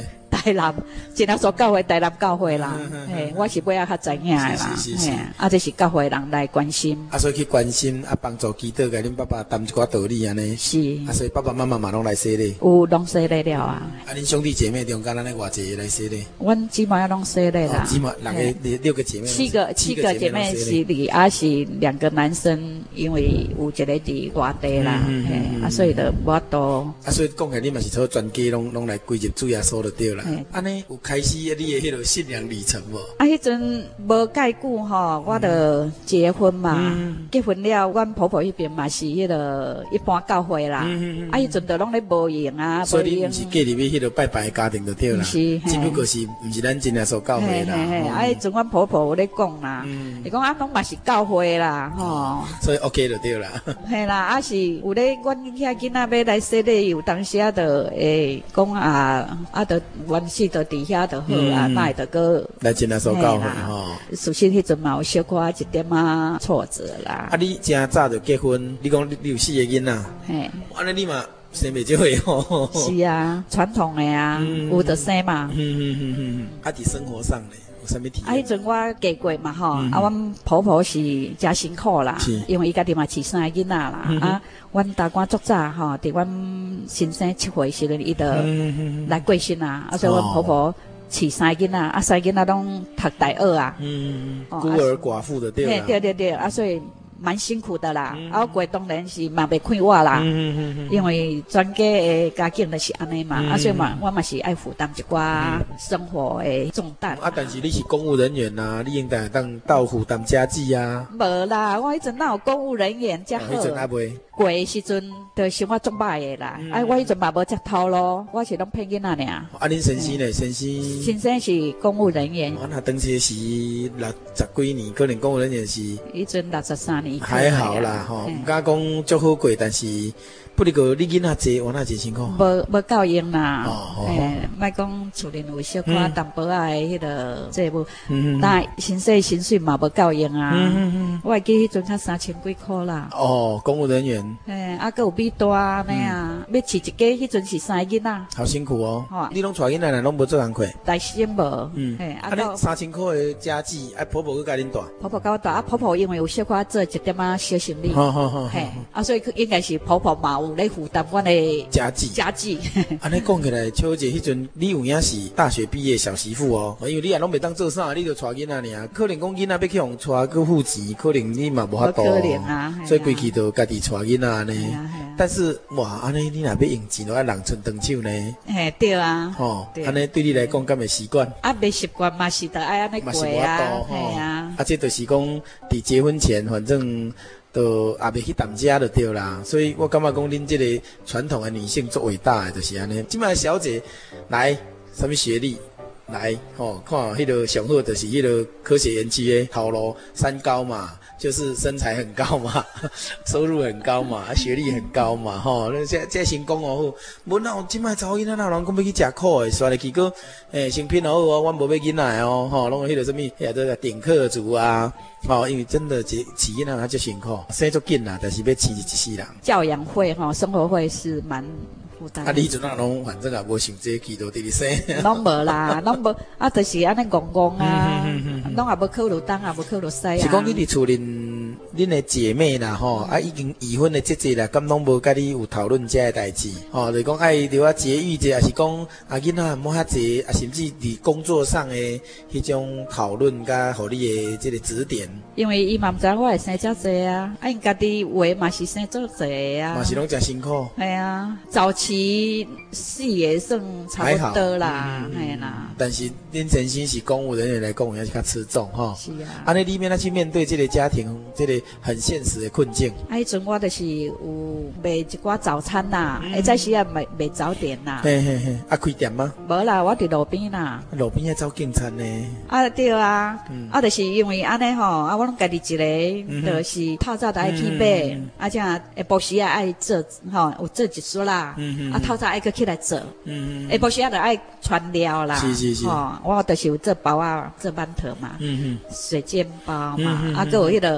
[SPEAKER 5] 台南，真正所教会台南教会啦，嘿，我是尾仔较知影的啦，嘿，啊，这是教会人来关心，
[SPEAKER 3] 啊，所以去关心啊，帮助祈祷，给恁爸爸谈一寡道理安尼，
[SPEAKER 5] 是，
[SPEAKER 3] 啊，所以爸爸妈妈嘛拢来洗礼，
[SPEAKER 5] 有拢洗礼了啊，
[SPEAKER 3] 啊，恁兄弟姐妹中间咱咧偌济来洗礼，
[SPEAKER 5] 阮姊妹拢洗礼啦，
[SPEAKER 3] 姊妹六个姐妹，
[SPEAKER 5] 七个姐妹是哩，啊是2个男生，因为有一个伫外地啦，嘿，啊，所以就无法度，
[SPEAKER 3] 啊，所以讲起来，你嘛是做全家拢来归入主耶稣就对啦，安尼有开始你的迄个信仰里程无？
[SPEAKER 5] 啊，迄阵无介久吼，我就结婚嘛，结婚了，阮婆婆迄边嘛是迄个一般教会啦，啊，迄阵就拢咧无用啊，
[SPEAKER 3] 所以你毋是嫁入去迄个拜拜的家庭就对啦，
[SPEAKER 5] 是，
[SPEAKER 3] 只不过是毋是咱真正所教会啦，
[SPEAKER 5] 啊，迄阵阮婆婆有咧讲啦，伊讲啊，拢嘛是教会啦，吼，
[SPEAKER 3] 所以 OK 就对啦，
[SPEAKER 5] 嘿啦，啊是有咧，阮遐囡仔要来洗礼，有当时啊，就会讲啊，就原始就伫遐就好啊，那会就个
[SPEAKER 3] 来真正所教会吼。
[SPEAKER 5] 事实迄阵嘛有小可一点啊挫折啦。
[SPEAKER 3] 啊，你真早就结婚，你讲你有4个囡仔，嘿，安尼你嘛生袂少个吼。是
[SPEAKER 5] 啊，传统的啊，有就生嘛。
[SPEAKER 3] 啊，伫生活上咧。有啥物体验？
[SPEAKER 5] 啊，迄阵我嫁过嘛吼，啊，阮婆婆是真辛苦啦，因为伊家己嘛饲3个囡仔啦，啊，阮大官足早吼，伫阮新生7岁时阵，伊就来过身啦，啊，所以阮婆婆饲3个囡仔，啊，3个囡仔拢读大2啊，
[SPEAKER 3] 孤儿寡妇的对啦，
[SPEAKER 5] 对，啊，所以蛮辛苦的啦，啊，我过当然是嘛袂快活啦，因为全家的家境就是安尼嘛，啊，所以嘛，我嘛是爱负担一寡生活的重担。
[SPEAKER 3] 啊，但是你是公务人员呐，你应该当到负担家计啊。
[SPEAKER 5] 无啦，我迄阵哪有公务人员遮好？
[SPEAKER 3] 迄阵还袂。
[SPEAKER 5] 过的时阵，就生活足歹的啦。啊，我迄阵嘛无食头咯，我是拢骗囡仔尔。
[SPEAKER 3] 啊，恁先生呢？先生？
[SPEAKER 5] 先生是公务人员。
[SPEAKER 3] 我那当时是60几年，可能公务人员是。
[SPEAKER 5] 迄阵63年。
[SPEAKER 3] 还好啦，吼，唔敢讲足好过，但是不哩个你囡仔济，我那真辛苦。
[SPEAKER 5] 无够用啦，莫讲厝里有小可淡薄仔的迄个债务，但薪水嘛无够用啊。我会记迄阵才3000几块啦。
[SPEAKER 3] 哦，公务人员。
[SPEAKER 5] 啊，佮有米大安尼啊，要饲一家，迄阵是3个囡仔。
[SPEAKER 3] 好辛苦哦。你拢带囡仔来，拢无做工课。
[SPEAKER 5] 大先无。啊，
[SPEAKER 3] 你3000块的家计，啊，婆婆去甲恁带。
[SPEAKER 5] 婆婆甲我带，啊，婆婆因为有小可做一点仔小生意。啊，所以应该是婆婆嘛有咧负担阮的家计。
[SPEAKER 3] 安尼讲起来，秋姐迄阵你有影是大学毕业小媳妇哦，因为你也拢袂当做啥，你就带囡仔尔，可能讲囡仔要去互带去付钱，可能你嘛无法度。
[SPEAKER 5] 可能啊。
[SPEAKER 3] 所以规气都家己带囡仔安尼。但是哇，安尼你若要用钱，都要人伸长手呢。
[SPEAKER 5] 嘿，对啊。
[SPEAKER 3] 吼，安尼对你来讲，敢会习惯？
[SPEAKER 5] 啊，袂习惯嘛是得爱安尼过啊。
[SPEAKER 3] 嘿啊。啊，这就是讲伫结婚前，反正。都也袂去谈家就对啦，所以我感觉讲恁这个传统的女性最伟大的就是安尼。即摆小姐来什么学历来看迄个上好就是迄个科学园区的头路3高嘛，就是身材很高嘛，收入很高嘛，学历很高嘛，这成功哦。无哪有即摆查某囡仔哪有人讲要去食苦的，刷入去个成品好哦，阮无要囡仔哦，拢迄个什么遐个顶客族啊。因为真的饲囡仔就辛苦，生足紧啦，但是要饲一世人。
[SPEAKER 5] 教养费生活费是蛮负担。
[SPEAKER 3] 啊，你阵啊拢反正也无想这祈祷直直生。
[SPEAKER 5] 拢无啦，拢无啊，就是安尼戆戆啊，拢也无考虑东，也无考虑西啊。
[SPEAKER 3] 是讲你伫厝恁的姐妹啦啊已经已婚的姐姐啦，敢拢无甲你有讨论这个代志就是讲爱着啊节育者，还是讲囡仔莫遐济，甚至伫工作上的迄种讨论，甲互你的这个指点。
[SPEAKER 5] 因为伊嘛毋知我会生遮济啊，因家己话嘛是生足济啊，
[SPEAKER 3] 嘛是拢真辛苦。
[SPEAKER 5] 系啊，早期事业算差不多啦，系啦。
[SPEAKER 3] 但是恁先生是公务人员来讲，也是较吃重
[SPEAKER 5] 是啊。
[SPEAKER 3] 安尼里面去面对这个家庭，这个很现实的困境。
[SPEAKER 5] 迄阵我就是有卖一寡早餐啦，早时啊卖早点啦。
[SPEAKER 3] 嘿，开店吗？
[SPEAKER 5] 无啦，我伫路边啦。
[SPEAKER 3] 路边在走进餐呢？
[SPEAKER 5] 啊对啊，就是因为安尼我拢家己一个，就是透早就爱去买，啊这下晡时啊爱做有做一撮啦，啊透早爱去起来做，晡时啊就爱传料啦，
[SPEAKER 3] 是
[SPEAKER 5] 我就是有做包啊，做馒头嘛，水煎包嘛，啊，还有迄个寿司。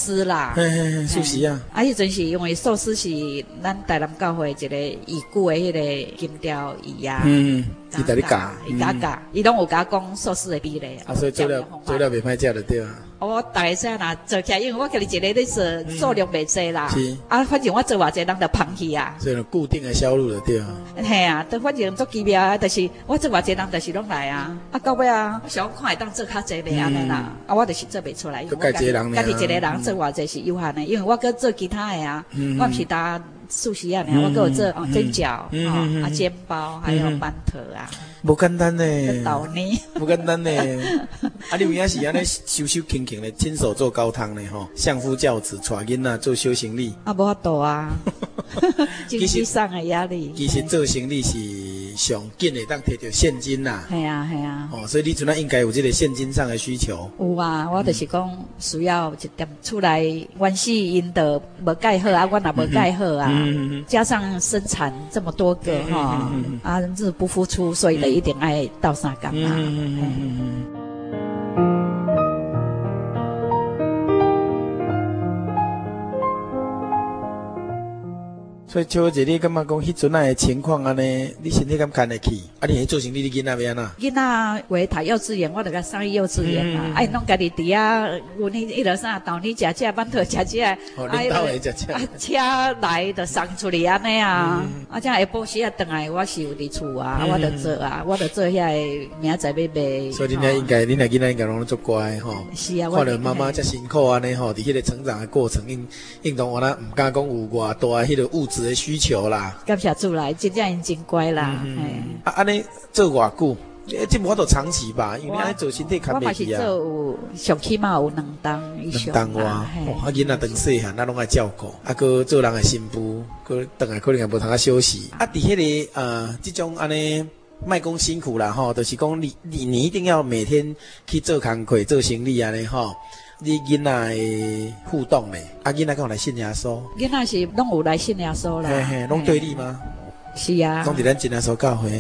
[SPEAKER 5] 司啦，
[SPEAKER 3] 素食啊。
[SPEAKER 5] 迄阵是因为寿司是咱台南教会一个已故的迄个金雕姨啊，
[SPEAKER 3] 伊带你教，
[SPEAKER 5] 伊拢有甲讲寿司的比例。
[SPEAKER 3] 所以做了袂歹食就对啊。
[SPEAKER 5] 我大概说啦，做起来，因为我家己一个咧做，数量袂济啦。
[SPEAKER 3] 是。
[SPEAKER 5] 反正我做偌济人就放弃啊。
[SPEAKER 3] 所以固定的销路就对啊。
[SPEAKER 5] 嘿啊，都反正做奇妙啊，就是我做偌济人，就是拢来啊。到尾啊，我想看会当做较济袂安尼啦。我就是做袂出来。
[SPEAKER 3] 都介济人
[SPEAKER 5] 家己一个人做偌济是有限的，因为我搁做其他的啊，我毋是打素食啊，我搁有做蒸饺、煎包，还有馒头啊。
[SPEAKER 3] 无简单呢，无简单呢。你有影是安尼修修轻轻的，亲手做高汤呢吼，相夫教子，带囡仔做小生理。
[SPEAKER 5] 无法度啊，经济上的压力。
[SPEAKER 3] 其实做生理是上紧的，当摕到现金呐。
[SPEAKER 5] 系啊。
[SPEAKER 3] 所以你阵啊应该有这个现金上的需求。
[SPEAKER 5] 有啊，我就是讲需要一点出来，原始因的无盖好啊，我也无盖好啊，加上生产这么多个哈，日不敷出，所以一定爱斗相共啊。
[SPEAKER 3] 所以秋姐，你感觉讲迄阵的情况安尼，你身体敢扛得起？你去做生理，你囡仔要安怎？
[SPEAKER 5] 囡仔为读幼稚园，我就甲送去幼稚园啦。拢家己伫啊，有你迄落啥豆泥食，馒头食，
[SPEAKER 3] 恁兜会食。
[SPEAKER 5] 车来就送出去安尼啊。这下晡时啊，回来我是有伫厝啊，我就做啊，我就做遐明仔载要卖。
[SPEAKER 3] 所以恁囡仔应该拢做乖吼。
[SPEAKER 5] 是啊，
[SPEAKER 3] 看到妈妈遮辛苦安尼吼，伫迄个成长的过程，应当我咱唔敢讲有偌大迄个物质的需求啦。
[SPEAKER 5] 感谢主来，真正因真乖啦。
[SPEAKER 3] 安尼做偌久？这无法度长期吧，因为你安尼做身体较袂起啊。
[SPEAKER 5] 我嘛是做上起码有2档以上。
[SPEAKER 3] 2档哇，囡仔当细汉，咱拢爱照顾，搁做人的新妇，搁倒来可能也无通啊休息。伫迄个这种安尼，莫讲辛苦啦吼，就是讲你一定要每天去做工课、做生理安尼吼。你囡仔的互动咧，囡仔敢有来信耶稣？
[SPEAKER 5] 囡仔是拢有来信耶稣啦。
[SPEAKER 3] 拢对你吗？
[SPEAKER 5] 是啊。
[SPEAKER 3] 拢伫咱信耶稣教会。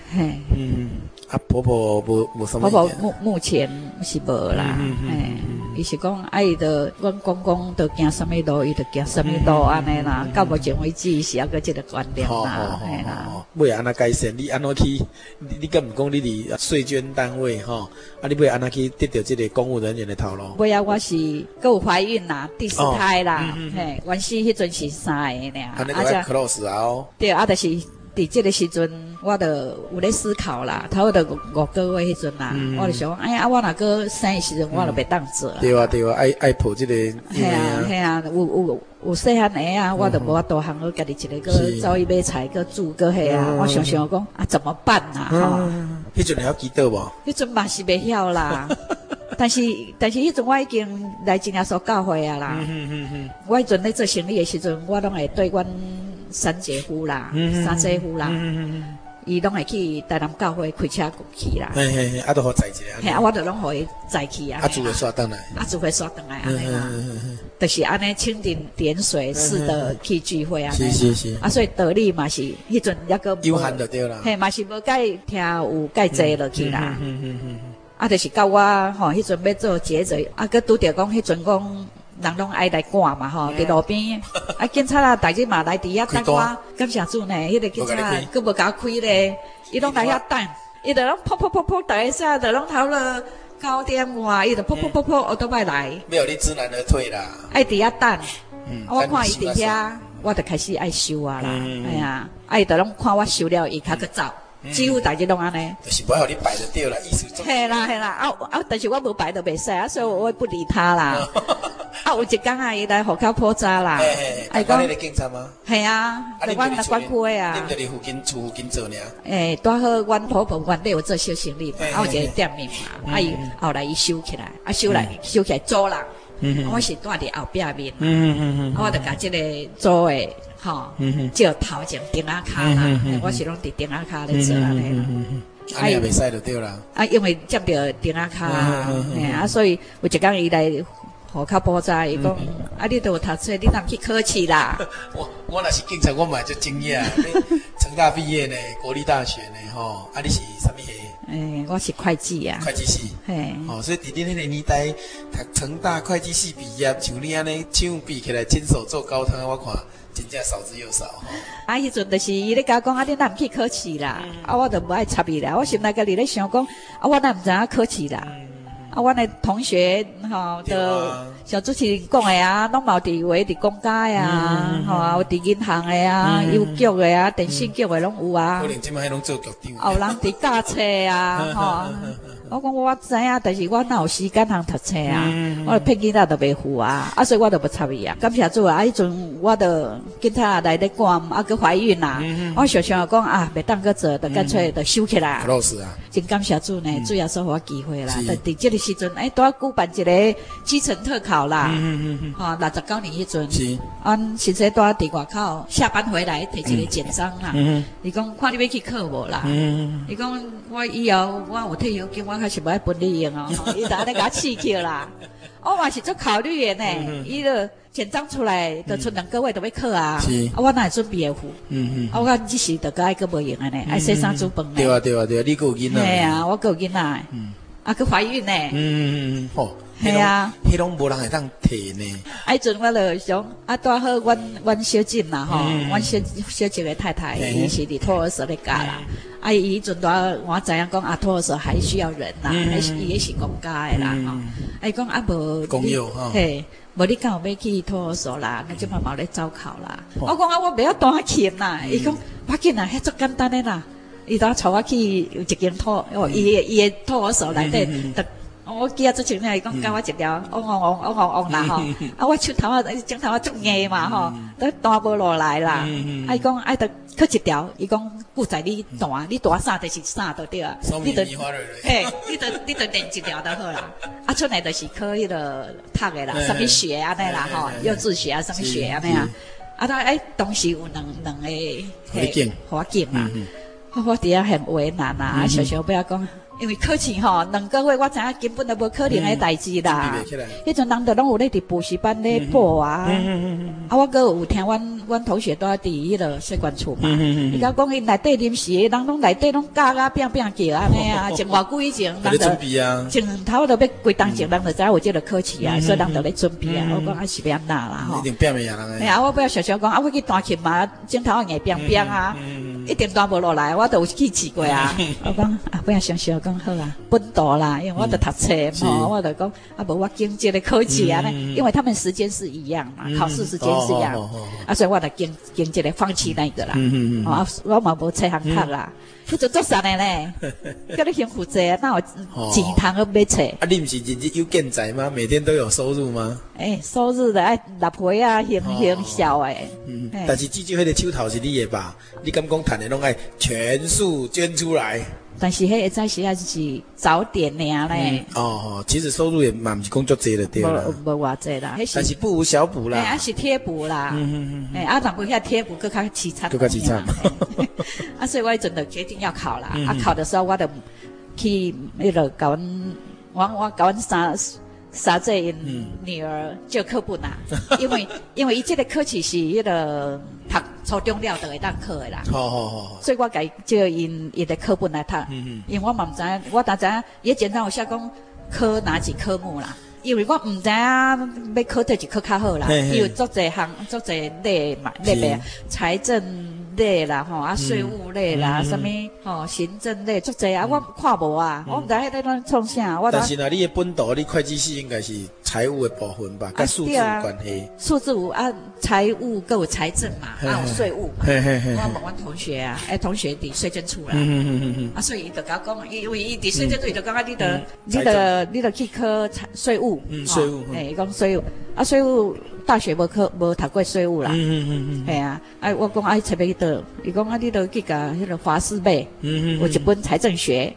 [SPEAKER 3] 婆婆无什么。
[SPEAKER 5] 婆婆目前是无啦。伊是讲伊就阮公公就行什么路，伊就行什么路安尼啦。到目前为止是还个这个观念啦。嘿啦。
[SPEAKER 3] 尾安那改善？你安怎去？你敢毋讲你伫税捐单位吼？你尾安那去得到这个公务人员的头路？
[SPEAKER 5] 尾我是搁有怀孕啦，第4胎啦。原始迄阵是3个尔。
[SPEAKER 3] 那个 close 啊。
[SPEAKER 5] 对，就是伫这个时阵，我就有咧思考啦。差不多5个月迄阵啦，我就想，哎呀，我若个生的时阵，我就袂当做。
[SPEAKER 3] 对啊，爱抱这个。
[SPEAKER 5] 系啊，有细汉的啊，我就无法度通我家己一个个走去买菜，个煮个迄啊。我想讲怎么办啊？
[SPEAKER 3] 迄阵还记得无？
[SPEAKER 5] 迄阵嘛是袂晓啦。但是迄阵我已经来真耶稣教会啊啦。我迄阵咧做生意的时阵，我拢会对阮三姐夫啦、三姐夫啦，伊拢会去台南教会开车去啦。
[SPEAKER 3] 都好载一下。
[SPEAKER 5] 我就拢互伊载去啊。
[SPEAKER 3] 住会刷倒来。
[SPEAKER 5] 住会刷倒来安尼啦。就是安尼蜻蜓点水似的去聚会啊。
[SPEAKER 3] 是。
[SPEAKER 5] 所以道理嘛是迄阵抑个
[SPEAKER 3] 有限就对啦。
[SPEAKER 5] 嘛是无介听有介济落去啦。就是到我迄阵要做抉择，佮拄着讲迄阵讲。人拢爱来赶嘛吼，伫路边，警察啊，逐日嘛来伫遐等我，感谢主呢，迄个警察佫无甲我开咧，伊拢来遐等，伊就拢噗，逐个下就拢头了9点外，伊就噗，我都歹来。
[SPEAKER 3] 没有你知难而退啦。
[SPEAKER 5] 爱伫遐等，我看伊伫遐，我就开始爱收啊啦，哎呀，伊就拢看我收了，伊较佫走。几乎大家拢安尼，
[SPEAKER 3] 就是不要你摆得掉啦，意思中。
[SPEAKER 5] 嘿啦，但是我无摆都袂使啊，所以我不理他啦。有一天伊来户口破查啦，
[SPEAKER 3] 讲你的警察吗？
[SPEAKER 5] 系啊，在阮那管区的啊。
[SPEAKER 3] 你伫附近厝附近做呢？
[SPEAKER 5] 拄好阮婆婆原底有做小生意嘛，有一个店面嘛，伊后来伊收起来，收起来租人，我是住伫后壁面，我就甲这个租的。借头前顶下卡啦，我是拢伫顶下卡咧做安尼啦。
[SPEAKER 3] 也袂使就对啦。
[SPEAKER 5] 因为接着顶下卡，所以有一天伊来户口补查，伊讲你都有读册，你当去考试啦。
[SPEAKER 3] 我若是警察，我嘛就经验。成大毕业呢，国立大学呢，你是啥物系？
[SPEAKER 5] 我是会计啊。
[SPEAKER 3] 会计系。
[SPEAKER 5] 嘿。
[SPEAKER 3] 所以伫恁迄个年代，读成大会计系毕业，像你安尼手比起来，亲手做高汤，我看真正少之又少。
[SPEAKER 5] 迄阵就是伊咧甲我讲，你哪毋去考试啦？我就无爱插伊啦。我心内家己咧想讲，我哪毋知影考试啦？阮的同学的小主持人讲的啊，拢嘛有伫位伫公家啊，有伫银行的啊，邮局的啊，电信局的拢有啊。
[SPEAKER 3] 可能即摆拢做局长。
[SPEAKER 5] 有人伫教册啊，我讲我知影，但是我哪有时间通读册啊？我骗囡仔都袂赴啊，所以我就无插伊啊。感谢主啊！迄阵我就囡仔来咧管，佮怀孕啦。我想想讲啊，袂当佮做，就干脆就收起来。
[SPEAKER 3] 老师啊，
[SPEAKER 5] 真感谢主呢，主要说互我机会啦。但伫即个时阵，拄啊举办一个基层特考啦。69年迄阵，阮先生拄啊伫外口下班回来摕一个简章啦。伊讲看你要去考无啦？伊讲我以后我有退休金，我还是无爱分你用哦。伊就安尼甲我刺激啦。我嘛是做考虑的呢，伊就简章出来，就剩2个月就要考啊。我哪会准备会赴？我即时就该个无用的呢，爱洗衫煮饭呢。
[SPEAKER 3] 对啊，你个有囡仔。
[SPEAKER 5] 系啊，我个有囡仔。佮怀孕呢。系啊，
[SPEAKER 3] 迄拢无人会当摕呢。
[SPEAKER 5] 迄阵我就想，拄好阮小静啦吼，阮小静的太太，伊是伫托儿所咧教啦。伊迄阵我知影讲托儿所还需要人啦，伊也是公家的啦吼。伊讲无
[SPEAKER 3] 公有吼。
[SPEAKER 5] 嘿，无你敢有要去托儿所啦？那即嘛冇咧招考啦。我讲我袂晓单勤啦。伊讲要紧啦，迄足简单的啦。伊带我去有一间伊的托儿所内底。我记啊，之前呢，伊讲教我一条，嗡啦吼，我手头镜头足硬嘛吼，都弹无落来啦。伊讲爱得考一条，伊讲顾在你弹啥就是啥就对啊。你得你得练一条就好啦。出来就是考迄个读的啦，什么学安尼啦吼，幼稚学啊，什么学安尼啊。当时有两个环境啦，我伫遐很为难啦，想想不要讲。因为考试吼，2个月我知影根本都无可能的代志啦。迄阵人都拢有咧伫补习班咧补啊。我阁有听阮同学都伫迄个税管处嘛。伊甲讲因内底临时的人拢内底拢教拼叫安尼啊，前偌久以前人
[SPEAKER 3] 准备啊，
[SPEAKER 5] 前头都要规当前人就知有即个考试啊，所以人就咧准备啊。我讲是要安那啦吼。
[SPEAKER 3] 一定拼袂赢人
[SPEAKER 5] 诶。我不要想想讲我去弹琴嘛，前头硬拼啊，一定弹无落来，我都有去试过啊。我讲不要想想讲。好啊，奔导啦，因为我都读册嘛，我就讲无我经济的考试啊，因为他们时间是一样嘛，考试时间是一样，所以我就经济的放弃那个啦，我嘛无册通读啦，迄就做啥的呢？叫你幸福者，哪有钱通去买册？
[SPEAKER 3] 你不是日日有健在吗？每天都有收入吗？
[SPEAKER 5] 收入的爱六岁啊，行小诶。
[SPEAKER 3] 但是至少迄个手头是你的吧？你敢讲赚的拢爱全数捐出来？
[SPEAKER 5] 但是迄个早时啊是早点尔咧。
[SPEAKER 3] 其实收入也嘛不是工作济了对啦。
[SPEAKER 5] 无偌济啦，
[SPEAKER 3] 但是不无小补啦。
[SPEAKER 5] 是贴补啦。但不遐贴补更较凄惨。
[SPEAKER 3] 更较凄惨。
[SPEAKER 5] 所以我真的决定要考啦。考的时候我就去那个甲我甲阮三岁因女儿借课本啦，因为伊这个考试是迄个读初中了就会当考的啦。所以我甲伊借因的课本来读，因为我嘛毋知影，我当知影伊简章有写讲考哪几科目啦。因为我毋知影要考第一科较好啦，因为足侪类嘛，类别财政类啦，税务类啦，什么行政类足侪啊，我看无啊，我毋知迄个创啥。
[SPEAKER 3] 但是你的本道，你会计系应该是财务的部分吧，跟数字有关系。
[SPEAKER 5] 数字有财务各有财政嘛，有税务嘛。我问阮同学啊，同学伫税政处啦，所以伊就甲我讲，因为伊伫税政处，伊就讲你得去考税务。
[SPEAKER 3] 税务。
[SPEAKER 5] 伊讲税务，税务大学无读过税务啦。系啊，我讲册要去倒，伊讲你都去甲迄个华师买，有一本财政学。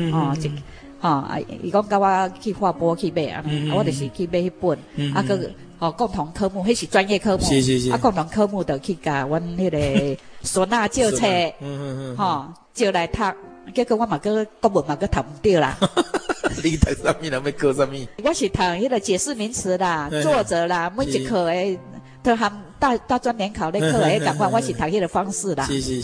[SPEAKER 5] 伊讲甲我去华波去买啊，我就是去买迄本，个共同科目，迄是专业科目。是。共同科目就去甲阮迄个孙仔借册，借来读。结果我嘛个国文嘛个读唔对啦。
[SPEAKER 3] 你读啥物人要考啥物？
[SPEAKER 5] 我是读迄个解释名词啦、作者啦，每一科诶，都含大专联考咧考诶，感觉我是读迄个方式啦。
[SPEAKER 3] 是。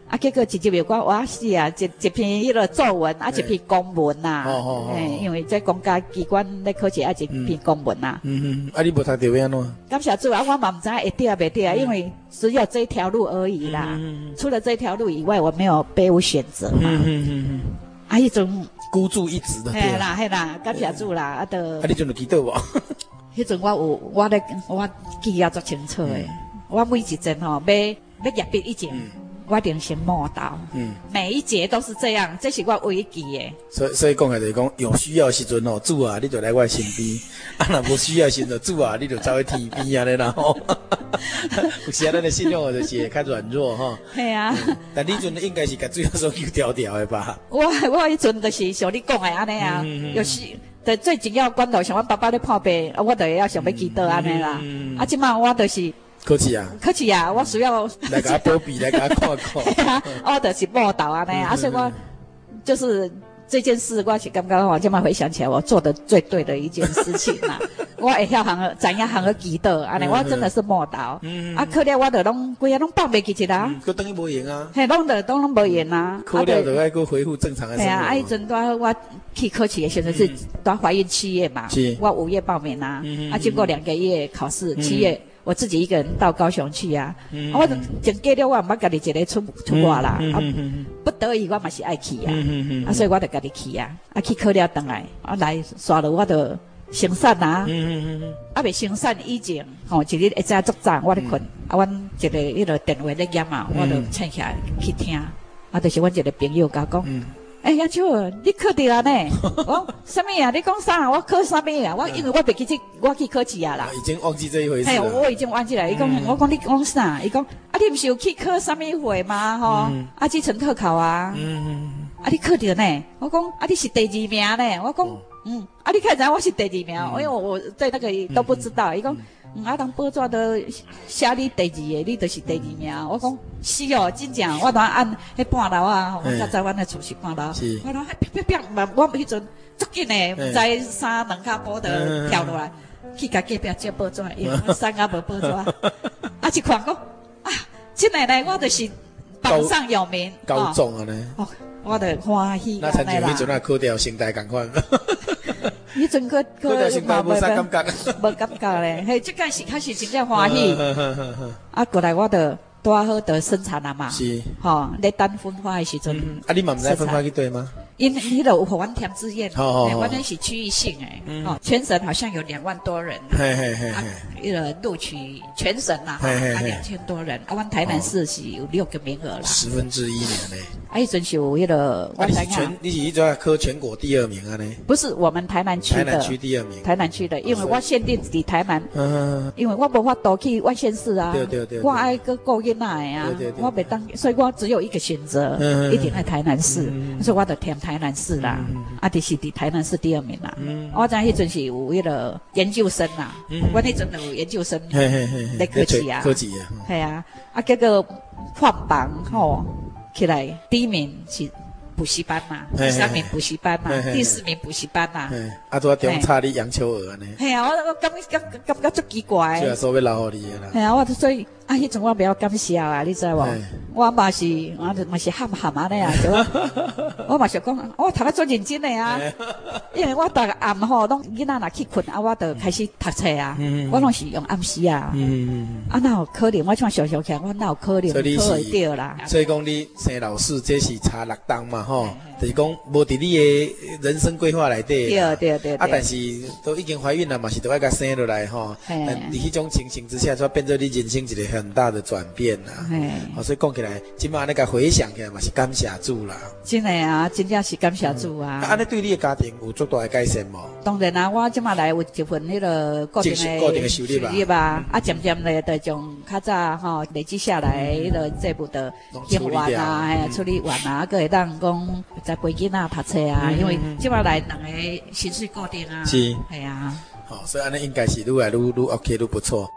[SPEAKER 5] 啊，结果一集有我死啊，一篇迄个作文啊，一篇公文呐。因为在公家机关咧考试啊，一篇公文呐。
[SPEAKER 3] 啊，你无读到要安怎？
[SPEAKER 5] 感谢主啊，我嘛唔知会对啊袂对啊，因为只有这一条路而已啦。除了这条路以外，我没有别无选择嘛。啊，迄种
[SPEAKER 3] 孤注一掷的。
[SPEAKER 5] 嘿啦，感谢主啦，啊都。
[SPEAKER 3] 啊，你阵有记到无？
[SPEAKER 5] 迄阵我记啊足清楚诶，我每一阵吼要入笔以前。我一定先默祷，每一节都是这样，这是我唯一记的。
[SPEAKER 3] 所以讲的就是讲，有需要时阵吼，主啊，你就来我身边；啊，若无需要时阵，主啊，你就走去天边安尼啦吼。有时啊，咱的信仰就是会较软弱吼。
[SPEAKER 5] 系啊。
[SPEAKER 3] 但你阵应该是甲主要说求条条的吧？
[SPEAKER 5] 我迄阵就是像你讲的安尼啊，有时的最紧要关头，像我爸爸咧破病，我就要想要祈祷安尼啦。啊，即马我就是。
[SPEAKER 3] 客气啊！
[SPEAKER 5] 我需要
[SPEAKER 3] 来给他保庇，来给他看看。
[SPEAKER 5] 我就是报道啊，那所以我就是这件事，我是刚刚我这么回想起来，我做的最对的一件事情啦。我会晓怎样行个祈祷，安尼我真的是报道。啊，可了我就规个拢放袂记起啦。
[SPEAKER 3] 佮等于无用啊。
[SPEAKER 5] 嘿，拢无用啊。
[SPEAKER 3] 可了就爱佮恢复正常的生活。
[SPEAKER 5] 系啊，迄阵我去考试的时候是怀孕7月嘛，我5月报名啊，经过2个月考试，7月。我自己一个人到高雄去啊，我真嫁了我唔捌家己一个出外啦，不得已我嘛是爱去啊，所以我就家己去啊，去考了回来，来刷了我就生产啊，未生产以前，一日一早作战我咧困，阮一个迄个电话咧响啊，我就醒起来去听，就是阮一个朋友甲讲。杨秋，你考对了呢？我什么呀？你讲啥？我考什么呀？因为我袂记我去考试啊啦。
[SPEAKER 3] 已经忘记这一回事
[SPEAKER 5] 了。我已经忘记了。伊讲，我讲你讲啥？伊讲，你不是有去考什么会吗？吼，基层特考啊。你考对呢？我讲，你是第2名呢？我讲，你看知我是第2名，因为我对那个都不知道。伊讲。当报纸都写你第2个，你就是第2名。我讲是哦，真正我当按迄半楼啊，我在阮的厝是半楼。我讲啪，我迄阵足紧的，唔知3、2脚步就跳落来，去甲隔壁接报纸，因为我3下无报纸。一看讲真的呢，我就是榜上有名，
[SPEAKER 3] 高中啊呢。
[SPEAKER 5] 我就欢喜。
[SPEAKER 3] 那曾经迄阵考掉成大同款。
[SPEAKER 5] 迄阵考
[SPEAKER 3] 掉成大无啥感觉，
[SPEAKER 5] 无感觉咧。嘿，这个是开始真正欢喜。过来我就拄好得生产了嘛。是。咧等分发的时阵。
[SPEAKER 3] 你嘛唔知分发去对吗？
[SPEAKER 5] 因迄个有互阮填志愿，阮那是区域性全省好像有2万多人，迄个录取全省啦，2000多人，阮台南市是有6个名额啦
[SPEAKER 3] ，1/10呢嘞。
[SPEAKER 5] 迄阵是有迄个，
[SPEAKER 3] 你是在科全国第2名啊呢？
[SPEAKER 5] 不是我们台南区的，
[SPEAKER 3] 台南区第2名，
[SPEAKER 5] 台南区的，因为我限定伫台南，因为我无法度去外县市啊，
[SPEAKER 3] 对，
[SPEAKER 5] 我爱个顾囡仔的啊，我袂当，所以我只有一个选择，一定在台南市，所以我就填台南市啦，就是伫台南市第2名啦。我知迄阵是有迄个研究生啦，我那阵有研究生在科技啊，系啊，结果放榜起来第1名是补习班嘛，第3名补习班嘛，第4名补习班嘛。
[SPEAKER 3] 拄中差你杨秋娥呢？
[SPEAKER 5] 系啊，我感觉足奇怪。
[SPEAKER 3] 是啊，所以留予你的啦。
[SPEAKER 5] 系啊，我所以迄阵我比较感谢啊，你知无？我嘛是喊安尼啊，我嘛是讲，我读得足认真的啊，因为我逐个暗拢囡仔若去困我就开始读册啊，我拢是用暗时啊。哪有可能？我像想起来，我哪有可能考会到啦？
[SPEAKER 3] 所以讲你生老四，这是差6档嘛，就是讲无伫你的人生规划内底。
[SPEAKER 5] 对。
[SPEAKER 3] 但是都已经怀孕了嘛，是都爱甲生落来伫迄种情形之下，就变做你人生一个很大的转变啦。所以讲起来，今嘛那个回想起来嘛，是感谢主啦。
[SPEAKER 5] 真的啊，真正是感谢主啊。
[SPEAKER 3] 安尼对你的家庭有足大的改善无？
[SPEAKER 5] 当然啊，我今嘛来有一份迄个固定的收入啊，渐渐的就将较早累积下来迄个这部的用完啊，处理完啊，个会当讲在陪囡仔读册啊，因为今嘛来2个薪水固定啊。是。系啊。
[SPEAKER 3] 所以安尼应该是愈来愈 OK， 愈不错。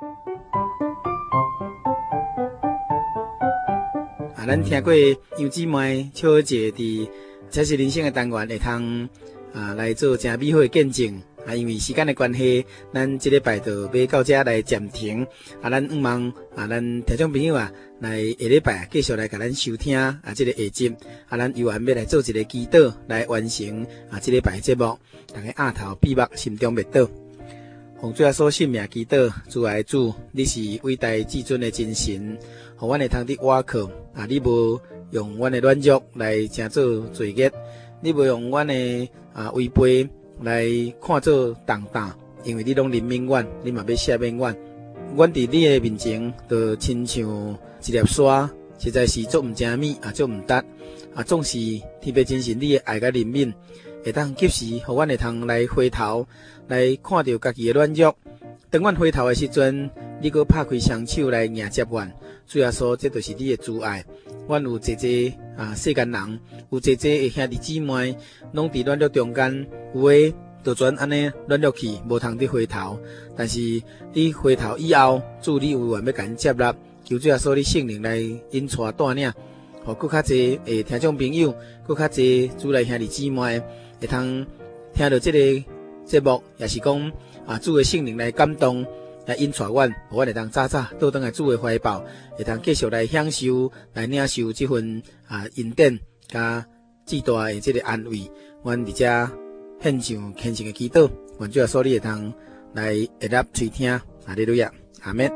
[SPEAKER 3] 咱听过杨姊妹秋姐伫这是人生的单元，会通来做真美好的见证， 因为时间的关系，咱这礼拜就要到这来暂停。咱希望咱听众朋友来下礼拜继续来甲咱收听这个下集。咱犹原要来做一个祈祷，来完成这礼拜的节目。大家额头闭目，心中默祷。奉主耶稣圣名祈祷，主爱主，你是伟大至尊的真神，互阮会通得倚靠。你无用阮的软弱来成做罪孽，你无用阮的违背来看做重担，因为你拢怜悯阮，你嘛要赦免阮。阮伫你的面前，就亲像一粒沙，实在是足毋精密，足毋值。总是特别真神你的爱甲怜悯，会当及时，互阮会通来回头，来看到家己的软弱。当阮回头的时阵，你搁拍开双手来迎接阮。主耶稣，这就是你的主爱。阮有济济世间人，有济济的兄弟姊妹，拢伫软弱中间，有诶就全安尼软弱去，无通得回头。但是你回头以后，主你有愿要甲因接纳，求主耶稣你圣灵来引带带领，互更较济诶听众朋友，更较济主内兄弟姊妹会通听到这个节目，也是讲主的圣灵来感动。来引带阮，互阮会当早早倒转来主的怀抱，会当继续来享受、来领受这份恩典加至大的这个安慰。阮伫遮献上虔诚的祈祷，愿主耶稣你会当来会纳垂听。哈利路亚，阿们。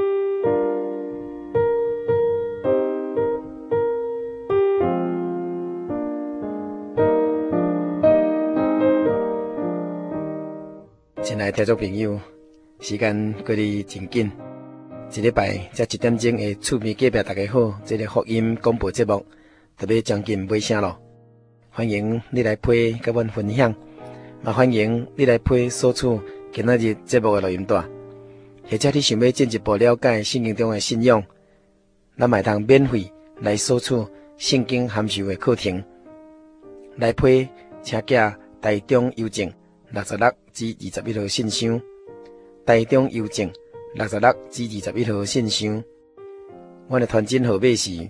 [SPEAKER 3] 亲爱的听众朋友，时间过得真紧，一礼拜才1点钟的厝边隔壁大家好，这个福音广播节目特别将近尾声咯。欢迎你来陪甲阮分享，也欢迎你来陪索取今仔日节目的录音带，或者你想要进一步了解圣经中的信仰，咱嘛会通免费来索取圣经函授的课程，来陪请寄台中邮政66至21号信箱。台中邮政66至21号信箱，阮的传真号码是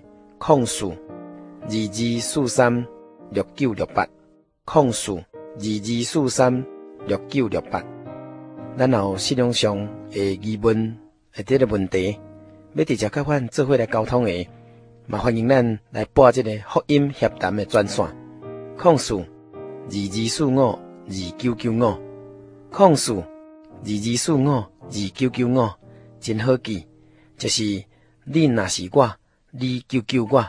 [SPEAKER 3] 0422436968，0422436968。咱有信仰上的疑问或者问题，要直接甲阮做伙来沟通的，嘛欢迎咱来拨这个福音协谈的专线，0422452995，0422452995，真好记，就是你若是我，你救救我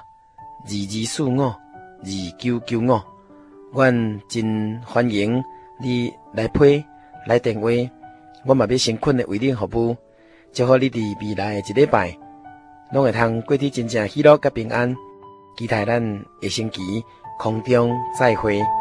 [SPEAKER 3] ，22452995，阮真欢迎你来批来电话，我嘛要诚恳的为你服务，祝福你伫未来的一礼拜，拢会通过得真正喜乐甲平安，期待咱下星期空中再会。